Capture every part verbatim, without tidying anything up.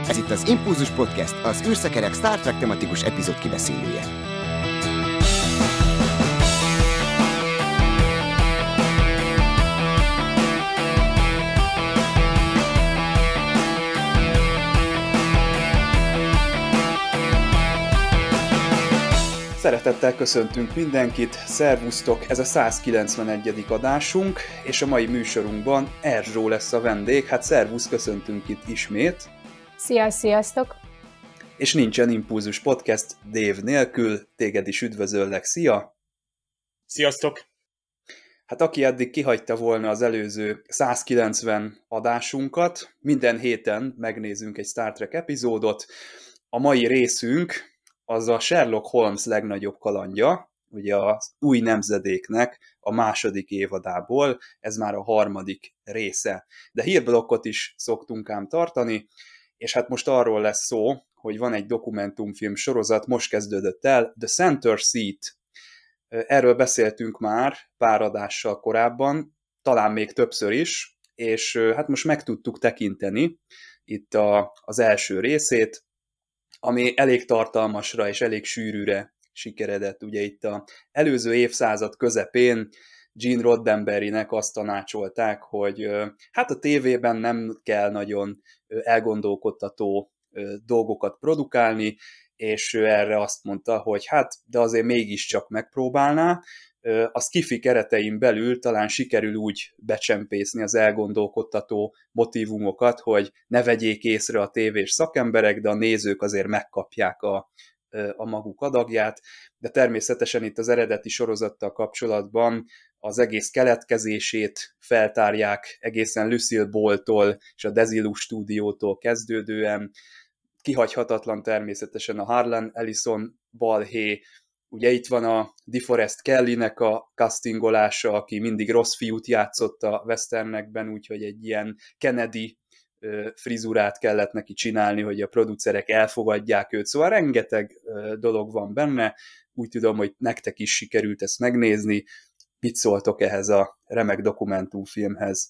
Ez itt az Impulzus Podcast, az űrszekerek Star Trek tematikus epizód kibeszélője. Szeretettel köszöntünk mindenkit, szervusztok, ez a százkilencvenegyedik adásunk, és a mai műsorunkban Erzsó lesz a vendég, hát szervusz, köszöntünk itt ismét. Szia, sziasztok! És nincsen Impulzus Podcast Dave nélkül, téged is üdvözöllek, szia! Sziasztok! Hát aki eddig kihagyta volna az előző százkilencven adásunkat, minden héten megnézünk egy Star Trek epizódot. A mai részünk az a Sherlock Holmes legnagyobb kalandja, ugye az új nemzedéknek a második évadából, ez már a harmadik része. De hírblokkot is szoktunk ám tartani, és hát most arról lesz szó, hogy van egy dokumentumfilm sorozat, most kezdődött el, The Center Seat. Erről beszéltünk már pár adással korábban, talán még többször is, és hát most meg tudtuk tekinteni itt a, az első részét, ami elég tartalmasra és elég sűrűre sikeredett. Ugye itt az előző évszázad közepén Gene Roddenberrynek azt tanácsolták, hogy hát a tévében nem kell nagyon elgondolkodtató dolgokat produkálni, és ő erre azt mondta, hogy hát, de azért mégiscsak megpróbálná. A sci-fi keretein belül talán sikerül úgy becsempészni az elgondolkodtató motívumokat, hogy ne vegyék észre a tévés szakemberek, de a nézők azért megkapják a, a maguk adagját. De természetesen itt az eredeti sorozattal kapcsolatban az egész keletkezését feltárják egészen Lucille Ball-tól és a Desilu stúdiótól kezdődően. Kihagyhatatlan természetesen a Harlan Ellison balhé. Ugye itt van a DeForest Kellynek a castingolása, aki mindig rossz fiút játszott a westernekben, úgyhogy egy ilyen Kennedy frizurát kellett neki csinálni, hogy a producerek elfogadják őt. Szóval rengeteg dolog van benne. Úgy tudom, hogy nektek is sikerült ezt megnézni. Mit szóltok ehhez a remek dokumentumfilmhez?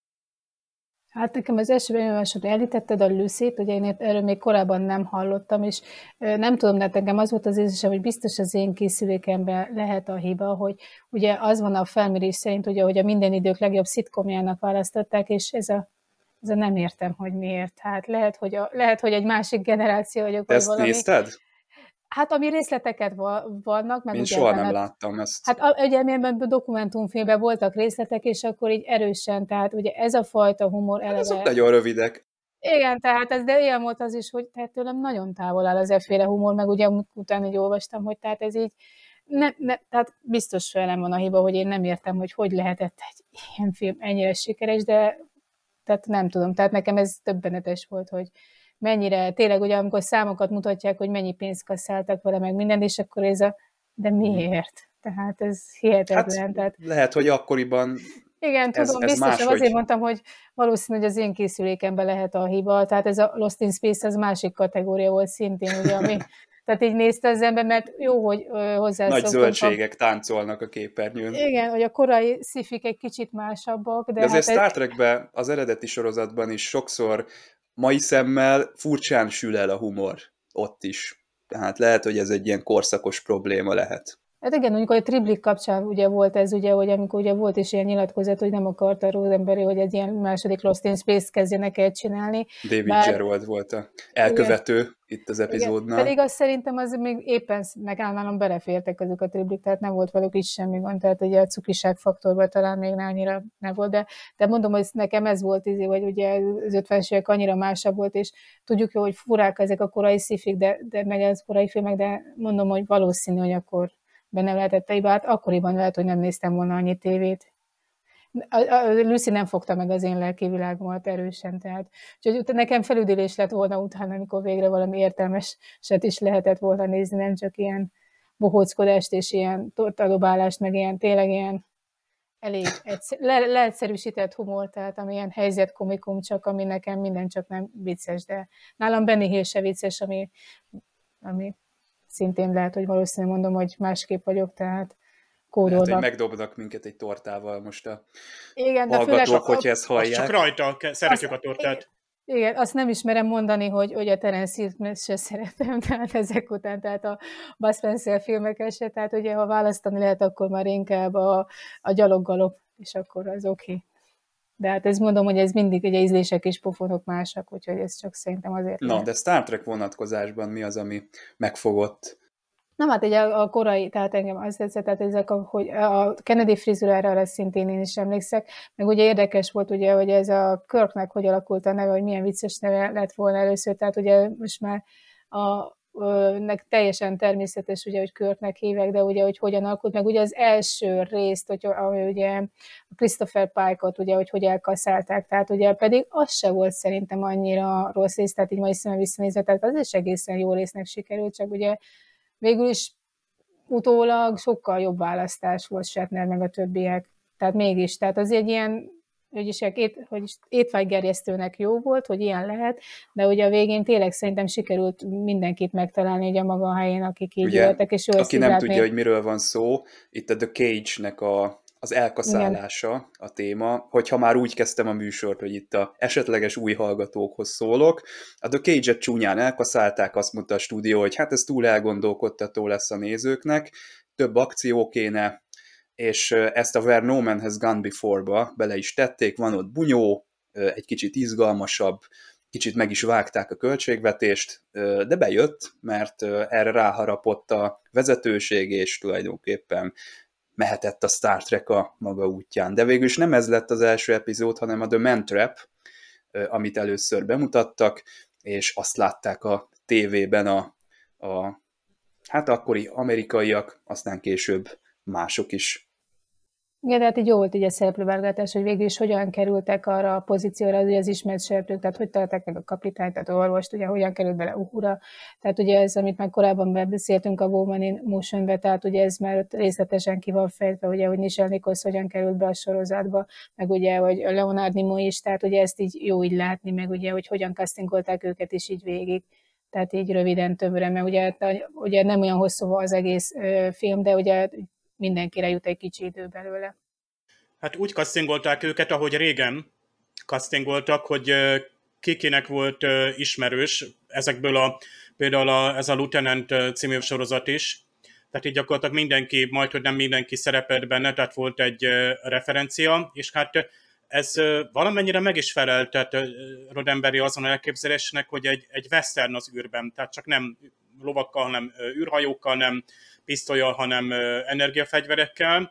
Hát nekem az első benyomásod elítetted a Lucy-t, ugye én erről még korábban nem hallottam, és nem tudom, de nekem az volt az érzésem, hogy biztos az én készülékemben lehet a hiba, hogy ugye az van a felmérés szerint, ugye, hogy a minden idők legjobb szitkomjának választották, és ez a, ez a nem értem, hogy miért. Hát lehet, hogy, a, lehet, hogy egy másik generáció vagyok. Te ezt valami... nézted? Hát ami részleteket vannak, meg én ugye... soha nem nem láttam ezt. Hát ugye milyen dokumentumfilmben voltak részletek, és akkor így erősen, tehát ugye ez a fajta humor eleve... Ezek nagyon rövidek. Igen, tehát ez, de ilyen volt az is, hogy tehát tőlem nagyon távol áll az efféle humor, meg ugye utána így olvastam, hogy tehát ez így, ne, ne, tehát biztos velem van a hiba, hogy én nem értem, hogy hogy lehetett egy ilyen film ennyire sikeres, de tehát nem tudom, tehát nekem ez többenetes volt, hogy mennyire, tényleg ugye amikor számokat mutatják, hogy mennyi pénzt kasszáltak vele, meg minden, és akkor ez a, de miért? Tehát ez hihetetlen. Hát tehát... lehet, hogy akkoriban igen, ez, tudom, ez biztos, máshogy... azért mondtam, hogy valószínű, hogy az én készülékemben lehet a hiba, tehát ez a Lost in Space, az másik kategória volt szintén, ugye, ami, tehát így nézte az ember, mert jó, hogy hozzászoktunk. Nagy zöldségek a... táncolnak a képernyőn. Igen, hogy a korai szifik egy kicsit másabbak. De, de azért hát Star Trekben, az eredeti sorozatban is sokszor mai szemmel furcsán sül el a humor ott is. Tehát lehet, hogy ez egy ilyen korszakos probléma lehet. Hát igen, amikor a Triblik kapcsán ugye volt ez, ugye, hogy amikor ugye volt is ilyen nyilatkozat, hogy nem akarta Roddenberry, hogy egy ilyen második Lost in Space kezdjenek el csinálni. David Bár... Gerrold volt a elkövető igen, itt az epizódnál. Igen, pedig azt szerintem az még éppen nálam belefértek azok a Triblik, tehát nem volt velük is semmi gond, tehát ugye a cukiság faktorban talán még annyira nem volt, de, de mondom, hogy nekem ez volt, vagy ugye az ötvenes évek annyira másabb volt, és tudjuk jó, hogy furák ezek a korai szifik, de, de meg az korai filmek, de mondom, hogy valószínű, hogy akkor benne lehetett a hát akkoriban lehet, hogy nem néztem volna annyi tévét. A, a, Lucy nem fogta meg az én lelki világomat erősen, tehát úgyhogy nekem felüdülés lett volna utána, amikor végre valami értelmeset is lehetett volna nézni, nem csak ilyen bohóckodást és ilyen tortadobálást, meg ilyen tényleg ilyen elég egyszer, le, leegyszerűsített humor, tehát amilyen helyzetkomikum csak, ami nekem minden csak nem vicces, de nálam Benny Hill se vicces, ami, ami szintén lehet, hogy valószínűleg mondom, hogy másképp vagyok, tehát kódolva. Lehet, hogy megdobnak minket egy tortával most a igen, de hallgatók, főleg, hogy ezt hallják. Csak rajta, szeretjük a tortát. Igen, azt nem is merem mondani, hogy, hogy a Terence Hill-t se szeretem, tehát ezek után, tehát a Bud Spencer filmeket se, tehát ugye ha választani lehet, akkor már inkább a, a gyaloggalop, és akkor az oké. Okay. De hát ezt mondom, hogy ez mindig ugye ízlések és pofonok másak, úgyhogy ez csak szerintem azért Na, lehet. de Star Trek vonatkozásban mi az, ami megfogott? Nem, hát ugye a korai, tehát engem azt tetszett, tehát ezek, a, hogy a Kennedy frizurára arra szintén én is emlékszek, meg ugye érdekes volt ugye, hogy ez a Kirknek hogy alakult a neve, hogy milyen vicces neve lett volna először, tehát ugye most már a nek teljesen természetes, ugye, hogy Kirknek hívják, de ugye, hogy hogyan alakult, meg ugye az első részt, hogy ami ugye a Christopher Pike-ot, ugye, hogy hogy elkaszálták, tehát ugye pedig az se volt szerintem annyira rossz rész, tehát így mai szemben visszanézve, tehát az is egészen jó résznek sikerült, csak ugye végül is utólag sokkal jobb választás volt Shatner meg a többiek. Tehát mégis, tehát az egy ilyen, hogy is, ét, hogy is étvágygerjesztőnek jó volt, hogy ilyen lehet, de ugye a végén tényleg szerintem sikerült mindenkit megtalálni ugye a maga helyén, akik így Ugye, jöttek, és jó aki nem látni. tudja, hogy miről van szó, itt a The Cage-nek a, az elkaszálása igen. A téma, hogyha már úgy kezdtem a műsort, hogy itt a esetleges új hallgatókhoz szólok. A The Cage-et csúnyán elkaszálták, azt mondta a stúdió, hogy hát ez túl elgondolkodtató lesz a nézőknek, több akció kéne, és ezt a Where No Man Has Gone Before-ba bele is tették, van ott bunyó, egy kicsit izgalmasabb, kicsit meg is vágták a költségvetést, de bejött, mert erre ráharapott a vezetőség, és tulajdonképpen mehetett a Star Trek a maga útján. De végül is nem ez lett az első epizód, hanem a The Man Trap, amit először bemutattak, és azt látták a tévében a, a hát akkori amerikaiak, aztán később mások is. Igen, de hát így jó volt így a szereplőválogatás, hogy végül is hogyan kerültek arra a pozícióra, ugye az ismert szereplők, tehát hogy találták meg a kapitányt, tehát orvost, ugye hogyan került bele Uhura, tehát ugye ez, amit már korábban beszéltünk a Woman in Motion-be, tehát ugye ez már ott részletesen ki van fejtve, ugye, hogy Nichelle Nichols hogyan került be a sorozatba, meg ugye, hogy Leonard Nimoy is, tehát ugye ezt így jó így látni, meg ugye, hogy hogyan castingolták őket is így végig. Tehát így röviden többre, mert ugye, ugye nem olyan hosszú az egész ö, film, de ugye mindenkire jut egy kicsi idő belőle. Hát úgy castingolták őket, ahogy régen castingoltak, hogy kikinek volt ismerős, ezekből a, például a, ez a Lieutenant című sorozat is, tehát így gyakorlatilag mindenki, majd hogy nem mindenki szerepelt benne, tehát volt egy referencia, és hát ez valamennyire meg is felelt, tehát Roddenberry azon elképzelésnek, hogy egy, egy western az űrben, tehát csak nem lovakkal, hanem űrhajókkal, nem pisztollyal, hanem energiafegyverekkel,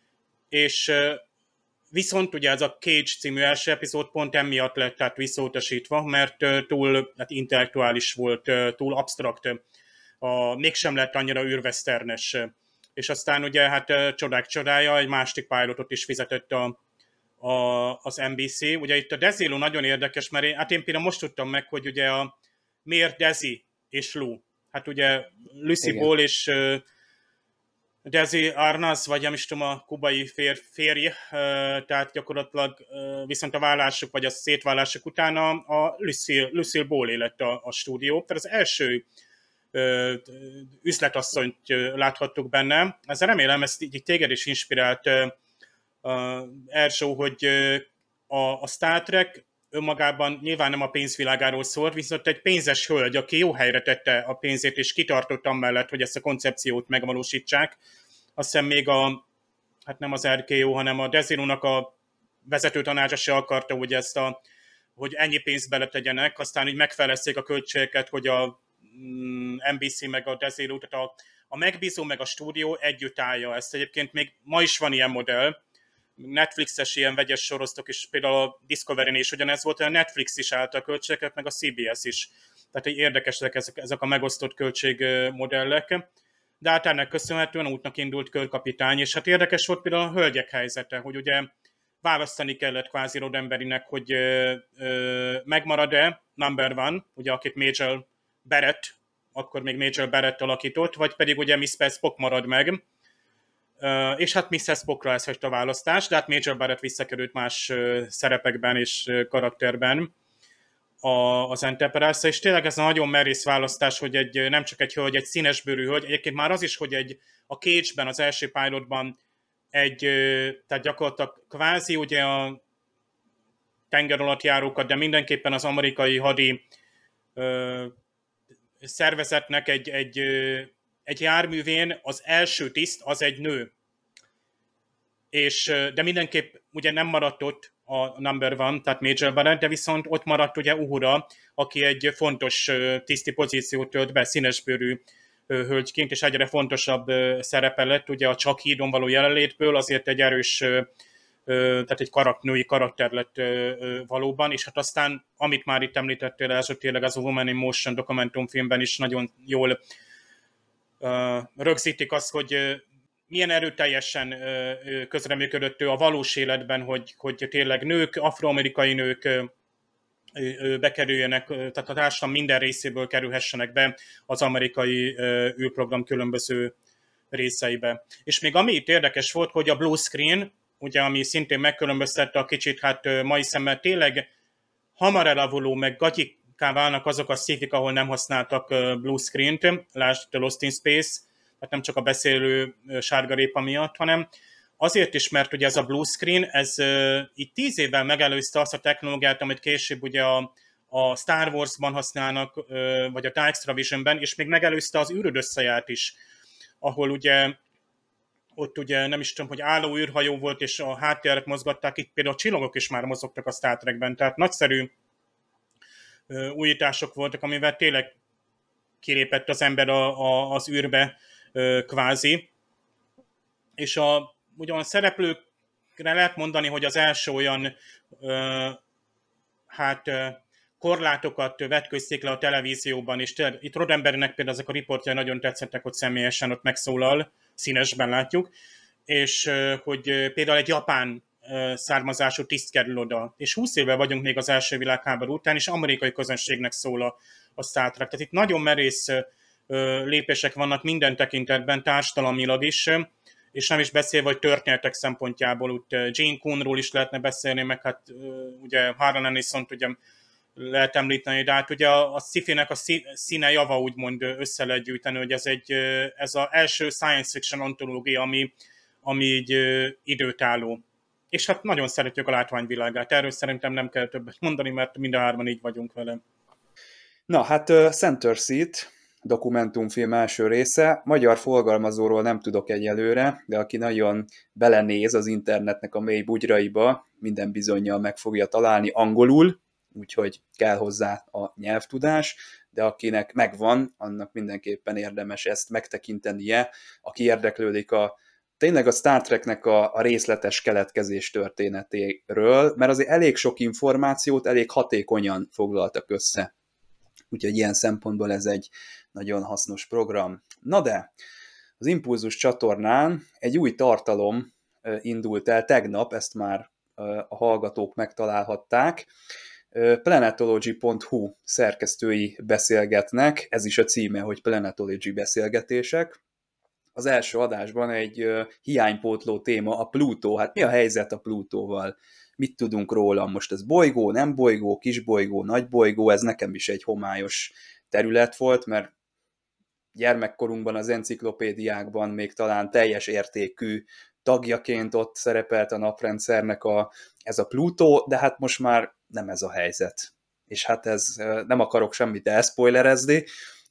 és viszont ugye ez a Cage című első epizód pont emiatt lett tehát visszautasítva, mert túl hát intellektuális volt, túl absztrakt, a, mégsem lett annyira űrwesternes. És aztán ugye hát csodák csodája, egy másik pilotot is fizetett a, a, az en bé cé. Ugye itt a Desilu nagyon érdekes, mert én, hát én például most tudtam meg, hogy ugye a miért Desi és Lou. Hát ugye Lucy Ball és uh, Desi Arnaz, vagy nem is tudom, a kubai fér, férj, uh, tehát gyakorlatilag uh, viszont a vállások, vagy a szétválások után a, a Lucille, Lucille Ball lett a, a stúdió. Tehát az első uh, üzletasszonyt uh, láthattuk benne. Ezzel remélem, ezt így téged is inspirált, uh, uh, Erzsó, hogy uh, a, a Star Trek önmagában nyilván nem a pénzvilágáról szólt, viszont egy pénzes hölgy, aki jó helyre tette a pénzét, és kitartott amellett, hogy ezt a koncepciót megvalósítsák. Azt hiszem még a, hát nem az er ká o, hanem a Desilunak a vezető tanácsa se akarta, hogy ezt a, hogy ennyi pénzt beletegyenek, aztán így megfelezték a költségeket, hogy a mm, en bé cé meg a Desilu, tehát a, a megbízó meg a stúdió együtt állja ezt. Egyébként még ma is van ilyen modell, Netflixes ilyen vegyes sorosztok is, például a Discovery-n is ugyanez volt, a Netflix is állt a költségeket, meg a cé bé es is. Tehát így érdekesek ezek, ezek a megosztott költségmodellek. De hát ennek köszönhetően útnak indult Körkapitány, és hát érdekes volt például a hölgyek helyzete, hogy ugye választani kellett kvázi Roddenberrynek, hogy ö, ö, megmarad-e number one, ugye akit Major Barrett, akkor még Major Barrett alakított, vagy pedig ugye miss Spock marad meg. Uh, és hát missziz Spockra ez a választás, de hát Major Barrett visszakerült más uh, szerepekben és uh, karakterben a, az Enterprise-ra, és tényleg ez a nagyon merész választás, hogy egy, nem csak egy hölgy, egy színesbőrű hölgy, egyébként már az is, hogy egy, a Cage-ben, az első pilotban egy, uh, tehát gyakorlatilag kvázi ugye a, tengeralattjárókat, de mindenképpen az amerikai hadi ö, szervezetnek egy, egy, ö, egy járművén az első tiszt az egy nő. És, de mindenképp ugye nem maradt ott a number one, tehát Major Barrett, de viszont ott maradt ugye Uhura, aki egy fontos tiszti pozíciót tölt be, színesbőrű hölgyként, és egyre fontosabb szerepe lett, ugye a Chuck hídon való jelenlétből, azért egy erős, tehát egy karak, női karakter lett valóban, és hát aztán, amit már itt említettél, ez tényleg az a Woman in Motion dokumentumfilmben is nagyon jól rögzítik azt, hogy milyen erőteljesen közreműködött ő a valós életben, hogy, hogy tényleg nők, afroamerikai nők bekerüljenek, tehát a társadalom minden részéből kerülhessenek be az amerikai űrprogram különböző részeibe. És még ami itt érdekes volt, hogy a blue screen, ugye, ami szintén megkülönböztette a kicsit, hát mai szemmel tényleg hamar elavuló, meg gagyiká válnak azok a sci-fik, ahol nem használtak blue screen-t, lásd The Lost in Space, tehát nem csak a beszélő sárgarépa miatt, hanem azért is, mert ugye ez a blue screen, ez uh, itt tíz évvel megelőzte azt a technológiát, amit később ugye a, a Star Wars-ban használnak, uh, vagy a Extra Vision-ben, és még megelőzte az űröd összeját is, ahol ugye ott ugye nem is tudom, hogy álló űrhajó volt, és a háttéret mozgatták, itt például a csillagok is már mozogtak a Star Trekben, tehát nagyszerű uh, újítások voltak, amivel tényleg kilépett az ember a, a, az űrbe uh, kvázi, és a ugyan a szereplőkre lehet mondani, hogy az első olyan ö, hát ö, korlátokat vetközték le a televízióban, és tényleg, itt Roddenberrynek például ezek a riportjai nagyon tetszettek, hogy személyesen ott megszólal, színesben látjuk, és ö, hogy ö, például egy japán ö, származású tiszt kerül oda, és húsz éve vagyunk még az első világháború után, és amerikai közönségnek szól a, a Star Trek. Tehát itt nagyon merész ö, lépések vannak minden tekintetben, társadalmilag is, és nem is beszélve, hogy történetek szempontjából, úgy Gene Coonról is lehetne beszélni, meg hát ugye Harlan Ellison-t ugye lehet említeni, de hát ugye a, a sci-fi-nek a színe java úgymond össze lehet gyűjteni, hogy ez egy ez az első science fiction ontológia, ami, ami így időtálló. És hát nagyon szeretjük a látványvilágát. Erről szerintem nem kell többet mondani, mert mind a hárman így vagyunk vele. Na hát uh, Center Seat, dokumentumfilm első része. Magyar forgalmazóról nem tudok egyelőre, de aki nagyon belenéz az internetnek a mély bugyraiba, minden bizonnyal meg fogja találni angolul, úgyhogy kell hozzá a nyelvtudás, de akinek megvan, annak mindenképpen érdemes ezt megtekintenie, aki érdeklődik a tényleg a Star Treknek a, a részletes keletkezés történetéről, mert azért elég sok információt elég hatékonyan foglaltak össze. Úgyhogy ilyen szempontból ez egy nagyon hasznos program. Na de, az Impulzus csatornán egy új tartalom indult el tegnap, ezt már a hallgatók megtalálhatták. planetology pont hu szerkesztői beszélgetnek, ez is a címe, hogy Planetology beszélgetések. Az első adásban egy hiánypótló téma a Plutó. Hát mi a helyzet a Plutóval? Mit tudunk róla? Most ez bolygó, nem bolygó, kisbolygó, nagybolygó? Ez nekem is egy homályos terület volt, mert gyermekkorunkban az enciklopédiákban még talán teljes értékű tagjaként ott szerepelt a naprendszernek a, ez a Plutó, de hát most már nem ez a helyzet. És hát ez, nem akarok semmit elszpoilerezni,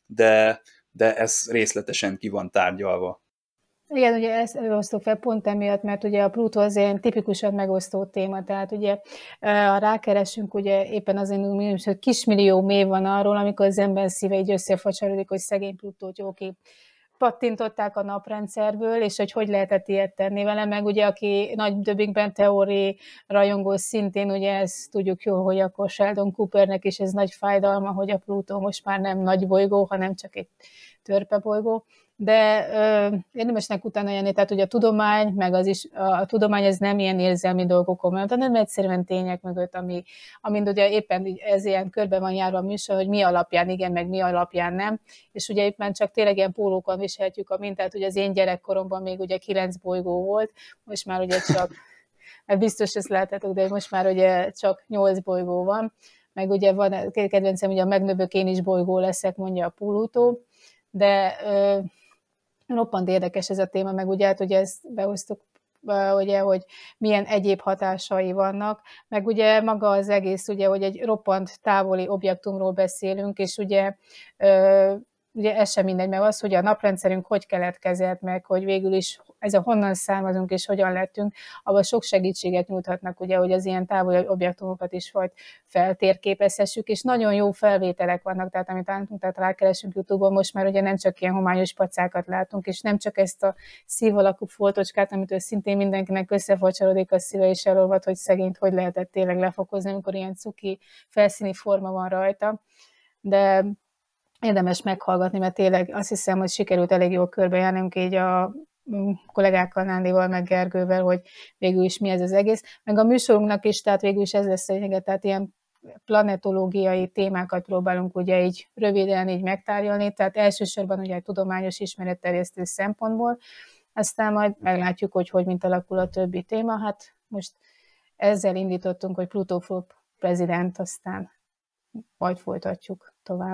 de, de ez részletesen ki van tárgyalva. Igen, ugye ezt osztok fel pont emiatt, mert ugye a Plutó az ilyen tipikusan megosztó téma, tehát ugye ha rákeresünk, ugye éppen azért, hogy kismillió mév van arról, amikor az ember szíve így összefacsarodik, hogy szegény Plutót jó kép pattintották a naprendszerből, és hogy hogy lehetett ilyet tenni vele, meg ugye aki nagy többikben teóri rajongó szintén, ugye ezt tudjuk jól, hogy akkor Sheldon Coopernek is ez nagy fájdalma, hogy a Plutó most már nem nagy bolygó, hanem csak egy törpebolygó. De ö, érdemesnek utána jönni, tehát ugye a tudomány, meg az is, a, a tudomány ez nem ilyen érzelmi dolgokon, mert nem egyszerűen tények mögött, ami, amint ugye éppen ez ilyen körbe van járva a műsor, hogy mi alapján igen, meg mi alapján nem, és ugye éppen csak tényleg ilyen pólókon viselhetjük a mintát, ugye az én gyerekkoromban még ugye kilenc bolygó volt, most már ugye csak, hát biztos ezt láthatok, de most már ugye csak nyolc bolygó van, meg ugye van, kedvencem, ugye a megnövök én is bolygó leszek, mondja a Plutó, de ö, roppant érdekes ez a téma, meg ugye hát, hogy ezt behoztuk ugye, hogy milyen egyéb hatásai vannak, meg ugye maga az egész, ugye, hogy egy roppant távoli objektumról beszélünk, és ugye ugye ez sem mindegy, meg az, hogy a naprendszerünk hogy keletkezett meg, hogy végül is ez a honnan származunk és hogyan lettünk, abban sok segítséget nyújthatnak, ugye, hogy az ilyen távoli objektumokat is vagy feltérképezhessük, és nagyon jó felvételek vannak, tehát amit álltunk, tehát rákeresünk YouTube-on, most már ugye nem csak ilyen homályos pacákat látunk, és nem csak ezt a szív alakú foltocskát, amitől szintén mindenkinek összefacsarodik a szíve, és elolvad, hogy szegényt hogy lehetett tényleg lefokozni, amikor ilyen cuki felszíni forma van rajta, de érdemes meghallgatni, mert tényleg azt hiszem, hogy sikerült elég jól körbejárnunk így a kollégákkal, Nándival, meg Gergővel, hogy végül is mi ez az egész. Meg a műsorunknak is, tehát végül is ez lesz a lényeg, tehát ilyen planetológiai témákat próbálunk ugye így röviden így megtárgyalni, tehát elsősorban ugye a tudományos ismeretterjesztő szempontból, aztán majd meglátjuk, hogy hogy mint alakul a többi téma. Hát most ezzel indítottunk, hogy Pluto for President, aztán majd folytatjuk tovább.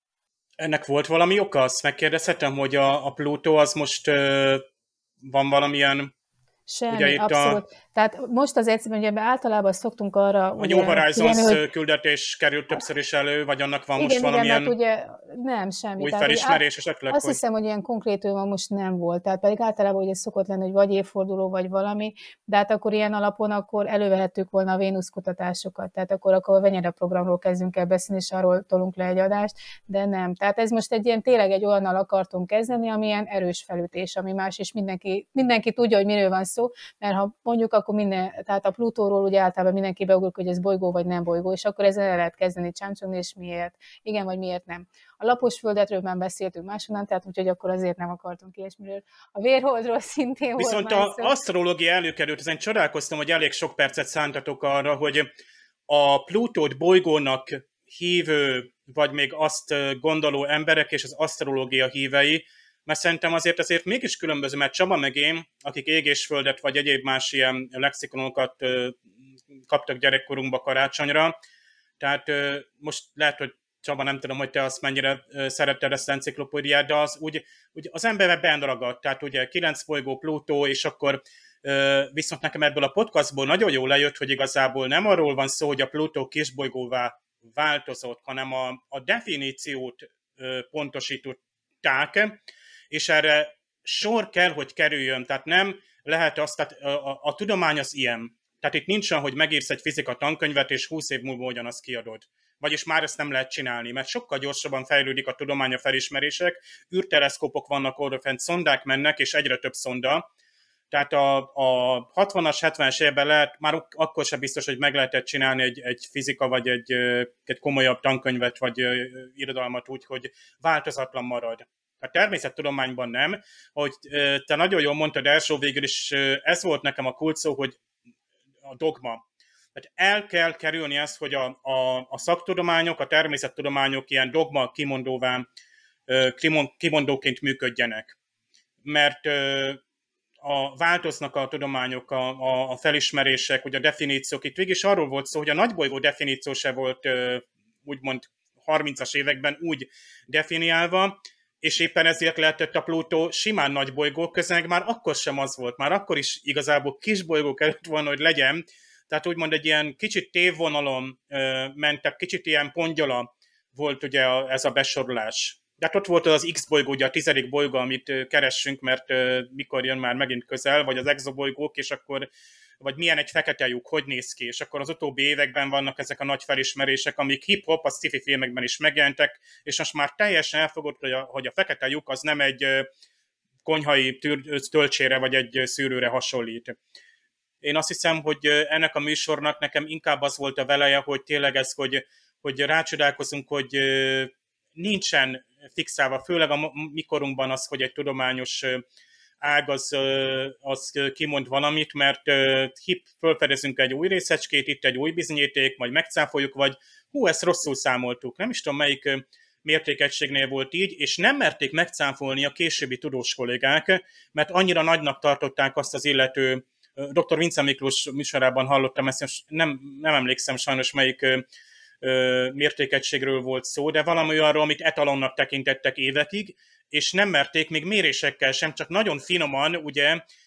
Ennek volt valami oka? Azt megkérdezhetem, hogy a, a Pluto az most ö, van valamilyen... Semmi, abszolút. A... Tehát most az egyszerűen, ugye általában szoktunk arra... A New Horizons hogy... küldetés került többször is elő, vagy annak van igen, most valamilyen igen, ugye nem, semmi. új tehát, felismerés esetleg? Azt hogy... hiszem, hogy ilyen konkrétum most nem volt. Tehát pedig általában ugye szokott lenni, hogy vagy évforduló, vagy valami, de hát akkor ilyen alapon akkor elővehettük volna a Vénusz kutatásokat. Tehát akkor, akkor a Venyera programról kezdünk el beszélni, és arról tolunk le egy adást, de nem. Tehát ez most egy ilyen, tényleg egy olyannal akartunk kezdeni, ami ilyen erős felütés, ami más, és mindenki, mindenki tudja, hogy miről van szó, mert ha mondjuk, akkor minden, tehát a Plutóról ugye általában mindenki beugrik, hogy ez bolygó vagy nem bolygó, és akkor ezzel el lehet kezdeni csámcsogni, és miért, igen vagy miért nem. A lapos földetről már beszéltünk máshonnan, tehát úgyhogy akkor azért nem akartunk ilyesmiről. A vérholdról szintén viszont volt Viszont az asztrológia előkerült, ezen csodálkoztam, hogy elég sok percet szántatok arra, hogy a Plutót bolygónak hívő, vagy még azt gondoló emberek és az asztrológia hívei, mert szerintem azért azért mégis különböző, mert Csaba meg én, akik égésföldet vagy egyéb más ilyen lexikonokat kaptak gyerekkorunkba karácsonyra, tehát most lehet, hogy Csaba, nem tudom, hogy te azt mennyire szeretted ezt az enciklopédiát, de az úgy, úgy az emberbe benne ragadt, tehát ugye kilenc bolygó Plutó, és akkor viszont nekem ebből a podcastból nagyon jól lejött, hogy igazából nem arról van szó, hogy a Plutó kisbolygóvá változott, hanem a, a definíciót pontosították, és erre sor kell, hogy kerüljön, tehát nem lehet azt, tehát a, a, a tudomány az ilyen. Tehát itt nincs olyan, hogy megírsz egy fizika tankönyvet, és húsz év múlva ugyanazt kiadod. Vagyis már ezt nem lehet csinálni, mert sokkal gyorsabban fejlődik a tudomány, a felismerések, űrteleszkópok vannak orra fent, szondák mennek, és egyre több szonda. Tehát a, a hatvanas, hetvenes évben lehet, már akkor sem biztos, hogy meg lehetett csinálni egy, egy fizika, vagy egy, egy komolyabb tankönyvet, vagy irodalmat úgy, hogy változatlan marad. A természettudományban nem. Ahogy te nagyon jól mondtad, első végül is ez volt nekem a kult szó, hogy a dogma. Tehát el kell kerülni ezt, hogy a, a, a szaktudományok, a természettudományok ilyen dogma kimondóvá, kimondóként működjenek. Mert a, változnak a tudományok, a, a, a felismerések, ugye a definíciók. Itt végig is arról volt szó, hogy a nagybolygó definíció se volt úgymond harmincas években úgy definiálva, és éppen ezért lehetett a Plutó simán nagybolygó, közeg már akkor sem az volt, már akkor is igazából kisbolygó kellett volna, hogy legyen, tehát úgymond egy ilyen kicsit tévvonalon ö, mentek, kicsit ilyen pongyola volt ugye a, ez a besorolás. De hát ott volt az X bolygó, ugye a tizedik bolygó, amit ö, keressünk, mert ö, mikor jön már megint közel, vagy az exobolygók, és akkor vagy milyen egy fekete lyuk, hogy néz ki, és akkor az utóbbi években vannak ezek a nagy felismerések, amik hip-hop, a sci-fi filmekben is megjelentek, és most már teljesen elfogott, hogy a, hogy a fekete lyuk az nem egy konyhai töltsére, vagy egy szűrőre hasonlít. Én azt hiszem, hogy ennek a műsornak nekem inkább az volt a veleje, hogy tényleg ez, hogy, hogy rácsodálkozunk, hogy nincsen fixálva, főleg a mikorunkban az, hogy egy tudományos ág az, az kimond valamit, mert hip, fölfedezünk egy új részecskét, itt egy új bizonyíték, majd megcáfoljuk, vagy hú, ezt rosszul számoltuk. Nem is tudom, melyik mértékegységnél volt így, és nem merték megcáfolni a későbbi tudós kollégák, mert annyira nagynak tartották azt az illető, doktor Vince Miklós műsorában hallottam ezt, nem, nem emlékszem sajnos, melyik mértékegységről volt szó, de valami arról, amit etalonnak tekintettek évekig, és nem merték még mérésekkel sem, csak nagyon finoman ugye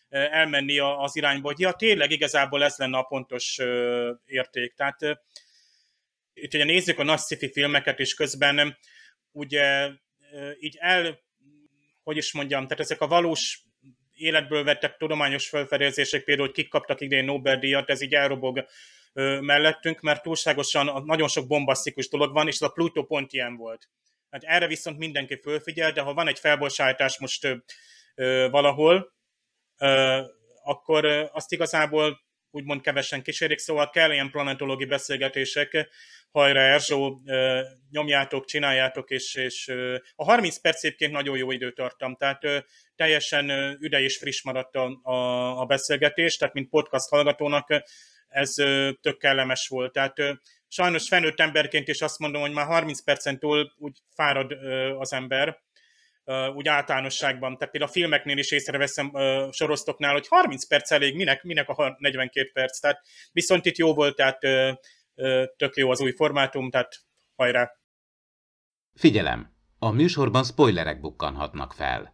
elmenni az irányba, hogy ja, tényleg igazából ez lenne a pontos érték. Tehát itt ugye nézzük a nagy sci-fi filmeket, és közben ugye így el, hogy is mondjam, tehát ezek a valós életből vettek tudományos felfedezések, például, hogy kik kaptak idén Nobel-díjat, ez így elrobog mellettünk, mert túlságosan nagyon sok bombasztikus dolog van, és ez a Pluto pont ilyen volt. Hát erre viszont mindenki fölfigyel, de ha van egy felbocsátás most ö, ö, valahol, ö, akkor ö, azt igazából úgymond kevesen kísérik, szóval kell ilyen planetológiai beszélgetések. Hajrá, Erzsó, ö, nyomjátok, csináljátok, és, és ö, a harminc perc egyébként nagyon jó időtartam, tehát ö, teljesen ö, üde és friss maradt a, a, a beszélgetés, tehát mint podcast hallgatónak ö, ez ö, tök kellemes volt. Tehát ö, sajnos felnőtt emberként is azt mondom, hogy már harminc percen túl úgy fárad ö, az ember, ö, úgy általánosságban. Tehát például a filmeknél is észreveszem ö, sorosztoknál, hogy harminc perc elég, minek, minek a negyvenkét perc. Tehát viszont itt jó volt, tehát ö, ö, tök jó az új formátum, tehát hajrá! Figyelem! A műsorban spoilerek bukkanhatnak fel.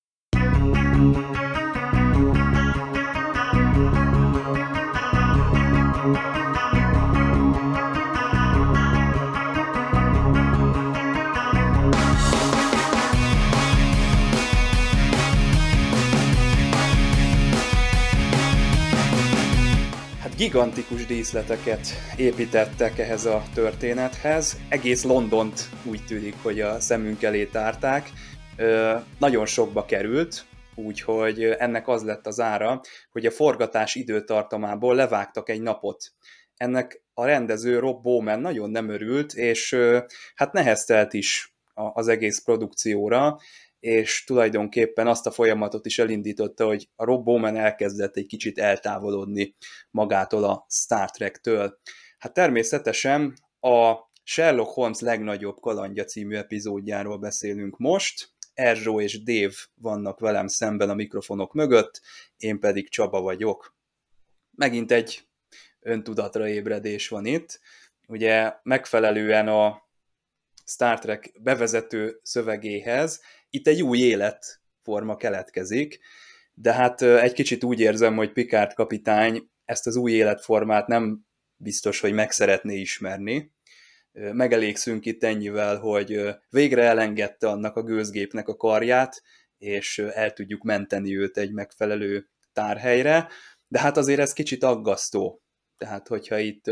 Gigantikus díszleteket építettek ehhez a történethez. Egész Londont úgy tűnik, hogy a szemünk elé tárták. Ö, nagyon sokba került, úgyhogy ennek az lett az ára, hogy a forgatás időtartamából levágtak egy napot. Ennek a rendező Rob Bowman nagyon nem örült, és ö, hát neheztelt is az egész produkcióra, és tulajdonképpen azt a folyamatot is elindította, hogy a Rob Bowman elkezdett egy kicsit eltávolodni magától a Star Trek-től. Hát természetesen a Sherlock Holmes legnagyobb kalandja című epizódjáról beszélünk most. Erzsó és Dave vannak velem szemben a mikrofonok mögött, én pedig Csaba vagyok. Megint egy öntudatra ébredés van itt. Ugye megfelelően a Star Trek bevezető szövegéhez itt egy új életforma keletkezik, de hát egy kicsit úgy érzem, hogy Picard kapitány ezt az új életformát nem biztos, hogy meg szeretné ismerni. Megelégszünk itt ennyivel, hogy végre elengedte annak a gőzgépnek a karját, és el tudjuk menteni őt egy megfelelő tárhelyre, de hát azért ez kicsit aggasztó. Tehát, hogyha itt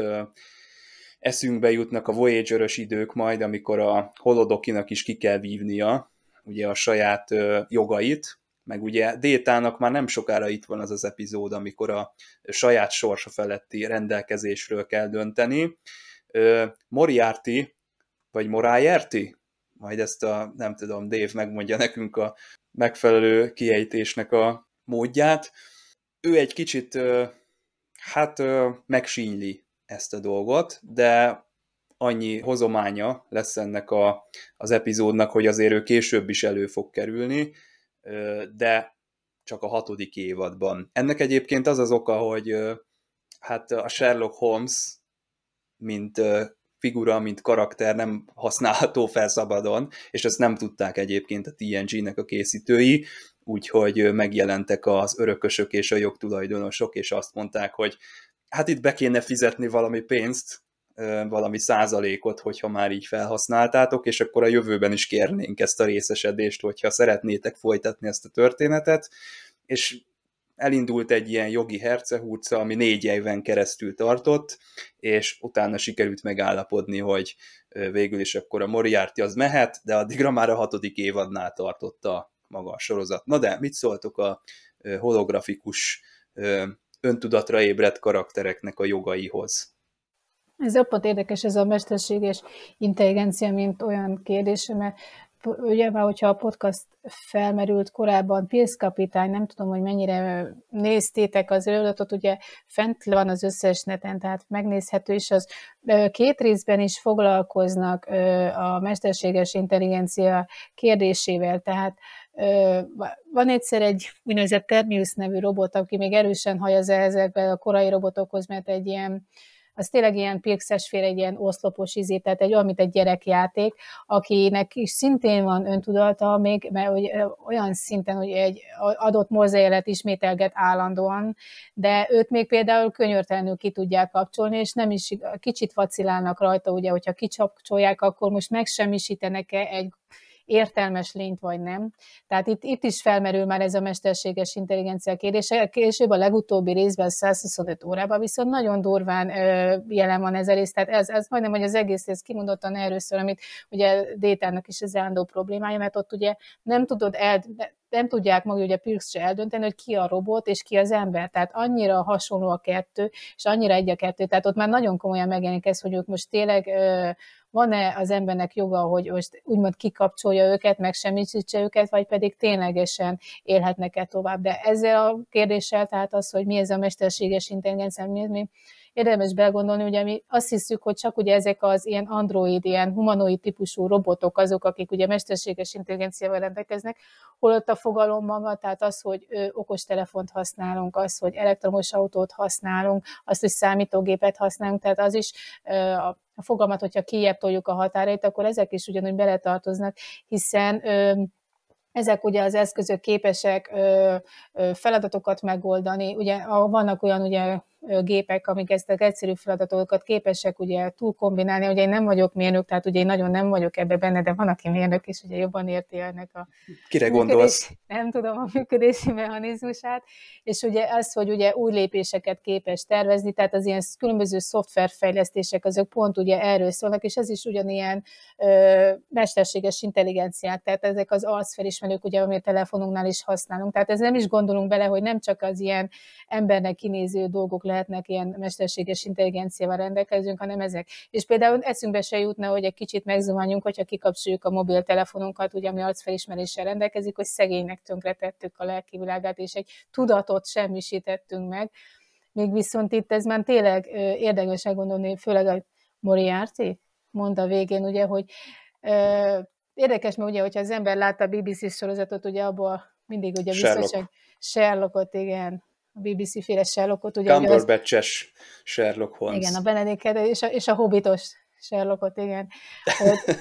eszünkbe jutnak a Voyager-ös idők majd, amikor a Holodokinak is ki kell vívnia ugye a saját ö, jogait, meg ugye Détának már nem sokára itt van az az epizód, amikor a saját sorsa feletti rendelkezésről kell dönteni. Ö, Moriarty, vagy Moriarty, majd ezt a, nem tudom, Dave megmondja nekünk a megfelelő kiejtésnek a módját. Ő egy kicsit, ö, hát ö, megsínyli ezt a dolgot, de annyi hozománya lesz ennek a, az epizódnak, hogy azért ő később is elő fog kerülni, de csak a hatodik évadban. Ennek egyébként az az oka, hogy hát a Sherlock Holmes, mint figura, mint karakter nem használható fel szabadon, és ezt nem tudták egyébként a té en gé-nek a készítői, úgyhogy megjelentek az örökösök és a jogtulajdonosok, és azt mondták, hogy hát itt be kéne fizetni valami pénzt, valami százalékot, hogyha már így felhasználtátok, és akkor a jövőben is kérnénk ezt a részesedést, hogyha szeretnétek folytatni ezt a történetet, és elindult egy ilyen jogi hercehurca, ami négy éven keresztül tartott, és utána sikerült megállapodni, hogy végül is akkor a Moriarty az mehet, de addigra már a hatodik évadnál tartotta maga a sorozat. Na de, mit szóltok a holografikus, öntudatra ébredt karaktereknek a jogaihoz? Ez pont érdekes, ez a mesterséges intelligencia, mint olyan kérdés, mert ugye már, hogyha a podcast felmerült korábban, Pierce kapitány, nem tudom, hogy mennyire néztétek az előadatot, ugye fent van az összes neten, tehát megnézhető, és az két részben is foglalkoznak a mesterséges intelligencia kérdésével, tehát van egyszer egy úgynevezett Terminus nevű robot, aki még erősen hajaz ezekbe a korai robotokhoz, mert egy ilyen az tényleg ilyen Pirxes-féle, egy ilyen oszlopos izé, tehát egy olyan, mint egy gyerekjáték, akinek is szintén van öntudata, még, mert hogy olyan szinten, hogy egy adott morzsajelet ismételget állandóan, de őt még például könyörtelenül ki tudják kapcsolni, és nem is kicsit vacilálnak rajta, ugye, hogyha kicsapcsolják, akkor most megsemmisítenek-e egy értelmes lényt, vagy nem. Tehát itt, itt is felmerül már ez a mesterséges intelligencia kérdése. Később a legutóbbi részben, százhuszonöt órában viszont nagyon durván ö, jelen van ez a rész. Tehát ez, ez majdnem, hogy az egész rész kimondottan erről szól, amit ugye Détának is az állandó problémája, mert ott ugye nem tudod el, nem tudják maga ugye Pirx se eldönteni, hogy ki a robot és ki az ember. Tehát annyira hasonló a kettő, és annyira egy a kettő. Tehát ott már nagyon komolyan megjelenik ez, hogy ők most tényleg ö, van-e az embernek joga, hogy most úgymond kikapcsolja őket, megsemmisítse őket, vagy pedig ténylegesen élhetnek-e tovább. De ezzel a kérdéssel, tehát az, hogy mi ez a mesterséges intelligencia, mi, mi érdemes belgondolni, ugye mi azt hiszük, hogy csak ugye ezek az ilyen android, ilyen humanoid típusú robotok azok, akik ugye mesterséges intelligenciával rendelkeznek, holott a fogalom maga, tehát az, hogy ö, okostelefont használunk, az, hogy elektromos autót használunk, azt, hogy számítógépet használunk, tehát az is ö, a a fogalmat, hogyha kijebb toljuk a határait, akkor ezek is ugyanúgy beletartoznak, hiszen ö, ezek ugye az eszközök képesek ö, ö, feladatokat megoldani, ugye a, vannak olyan ugye gépek, amik ezt az egyszerű feladatokat képesek ugye túl kombinálni, ugye én nem vagyok mérnök, tehát ugye én nagyon nem vagyok ebbe benne, de van, aki mérnök, és ugye jobban érti ennek a Kire gondolsz? Nem tudom a működési mechanizmusát, és ugye az, hogy ugye új lépéseket képes tervezni, tehát az ilyen különböző szoftverfejlesztések, azok pont ugye erről szólnak, és ez is ugyanilyen ö, mesterséges intelligenciák, tehát ezek az arcfelismerők, ugye, amit a telefonunknál is használunk, tehát ez nem is gondolunk bele, hogy nem csak az ilyen embernek kinéző dolgok lehetnek ilyen mesterséges intelligenciával rendelkezünk, hanem ezek. És például eszünkbe se jutna, hogy egy kicsit megzuhanjunk, hogyha kikapcsoljuk a mobiltelefonunkat, ugye, ami arcfelismeréssel rendelkezik, hogy szegénynek tönkretettük a lelki világát, és egy tudatot semmisítettünk meg. Még viszont itt ez már tényleg érdemes elgondolni, főleg a Moriarty mondta a végén, ugye, hogy ö, érdekes, mert ugye, hogyha az ember látta a bé bé cé sorozatot, ugye abból mindig ugye biztos, hogy Sherlockot, igen, a bé bé cé-féle Sherlockot. Cumberbatch-es Sherlock Holmes. Igen, a Benedict és a, és a Hobbitos Sherlockot, igen. Hogy,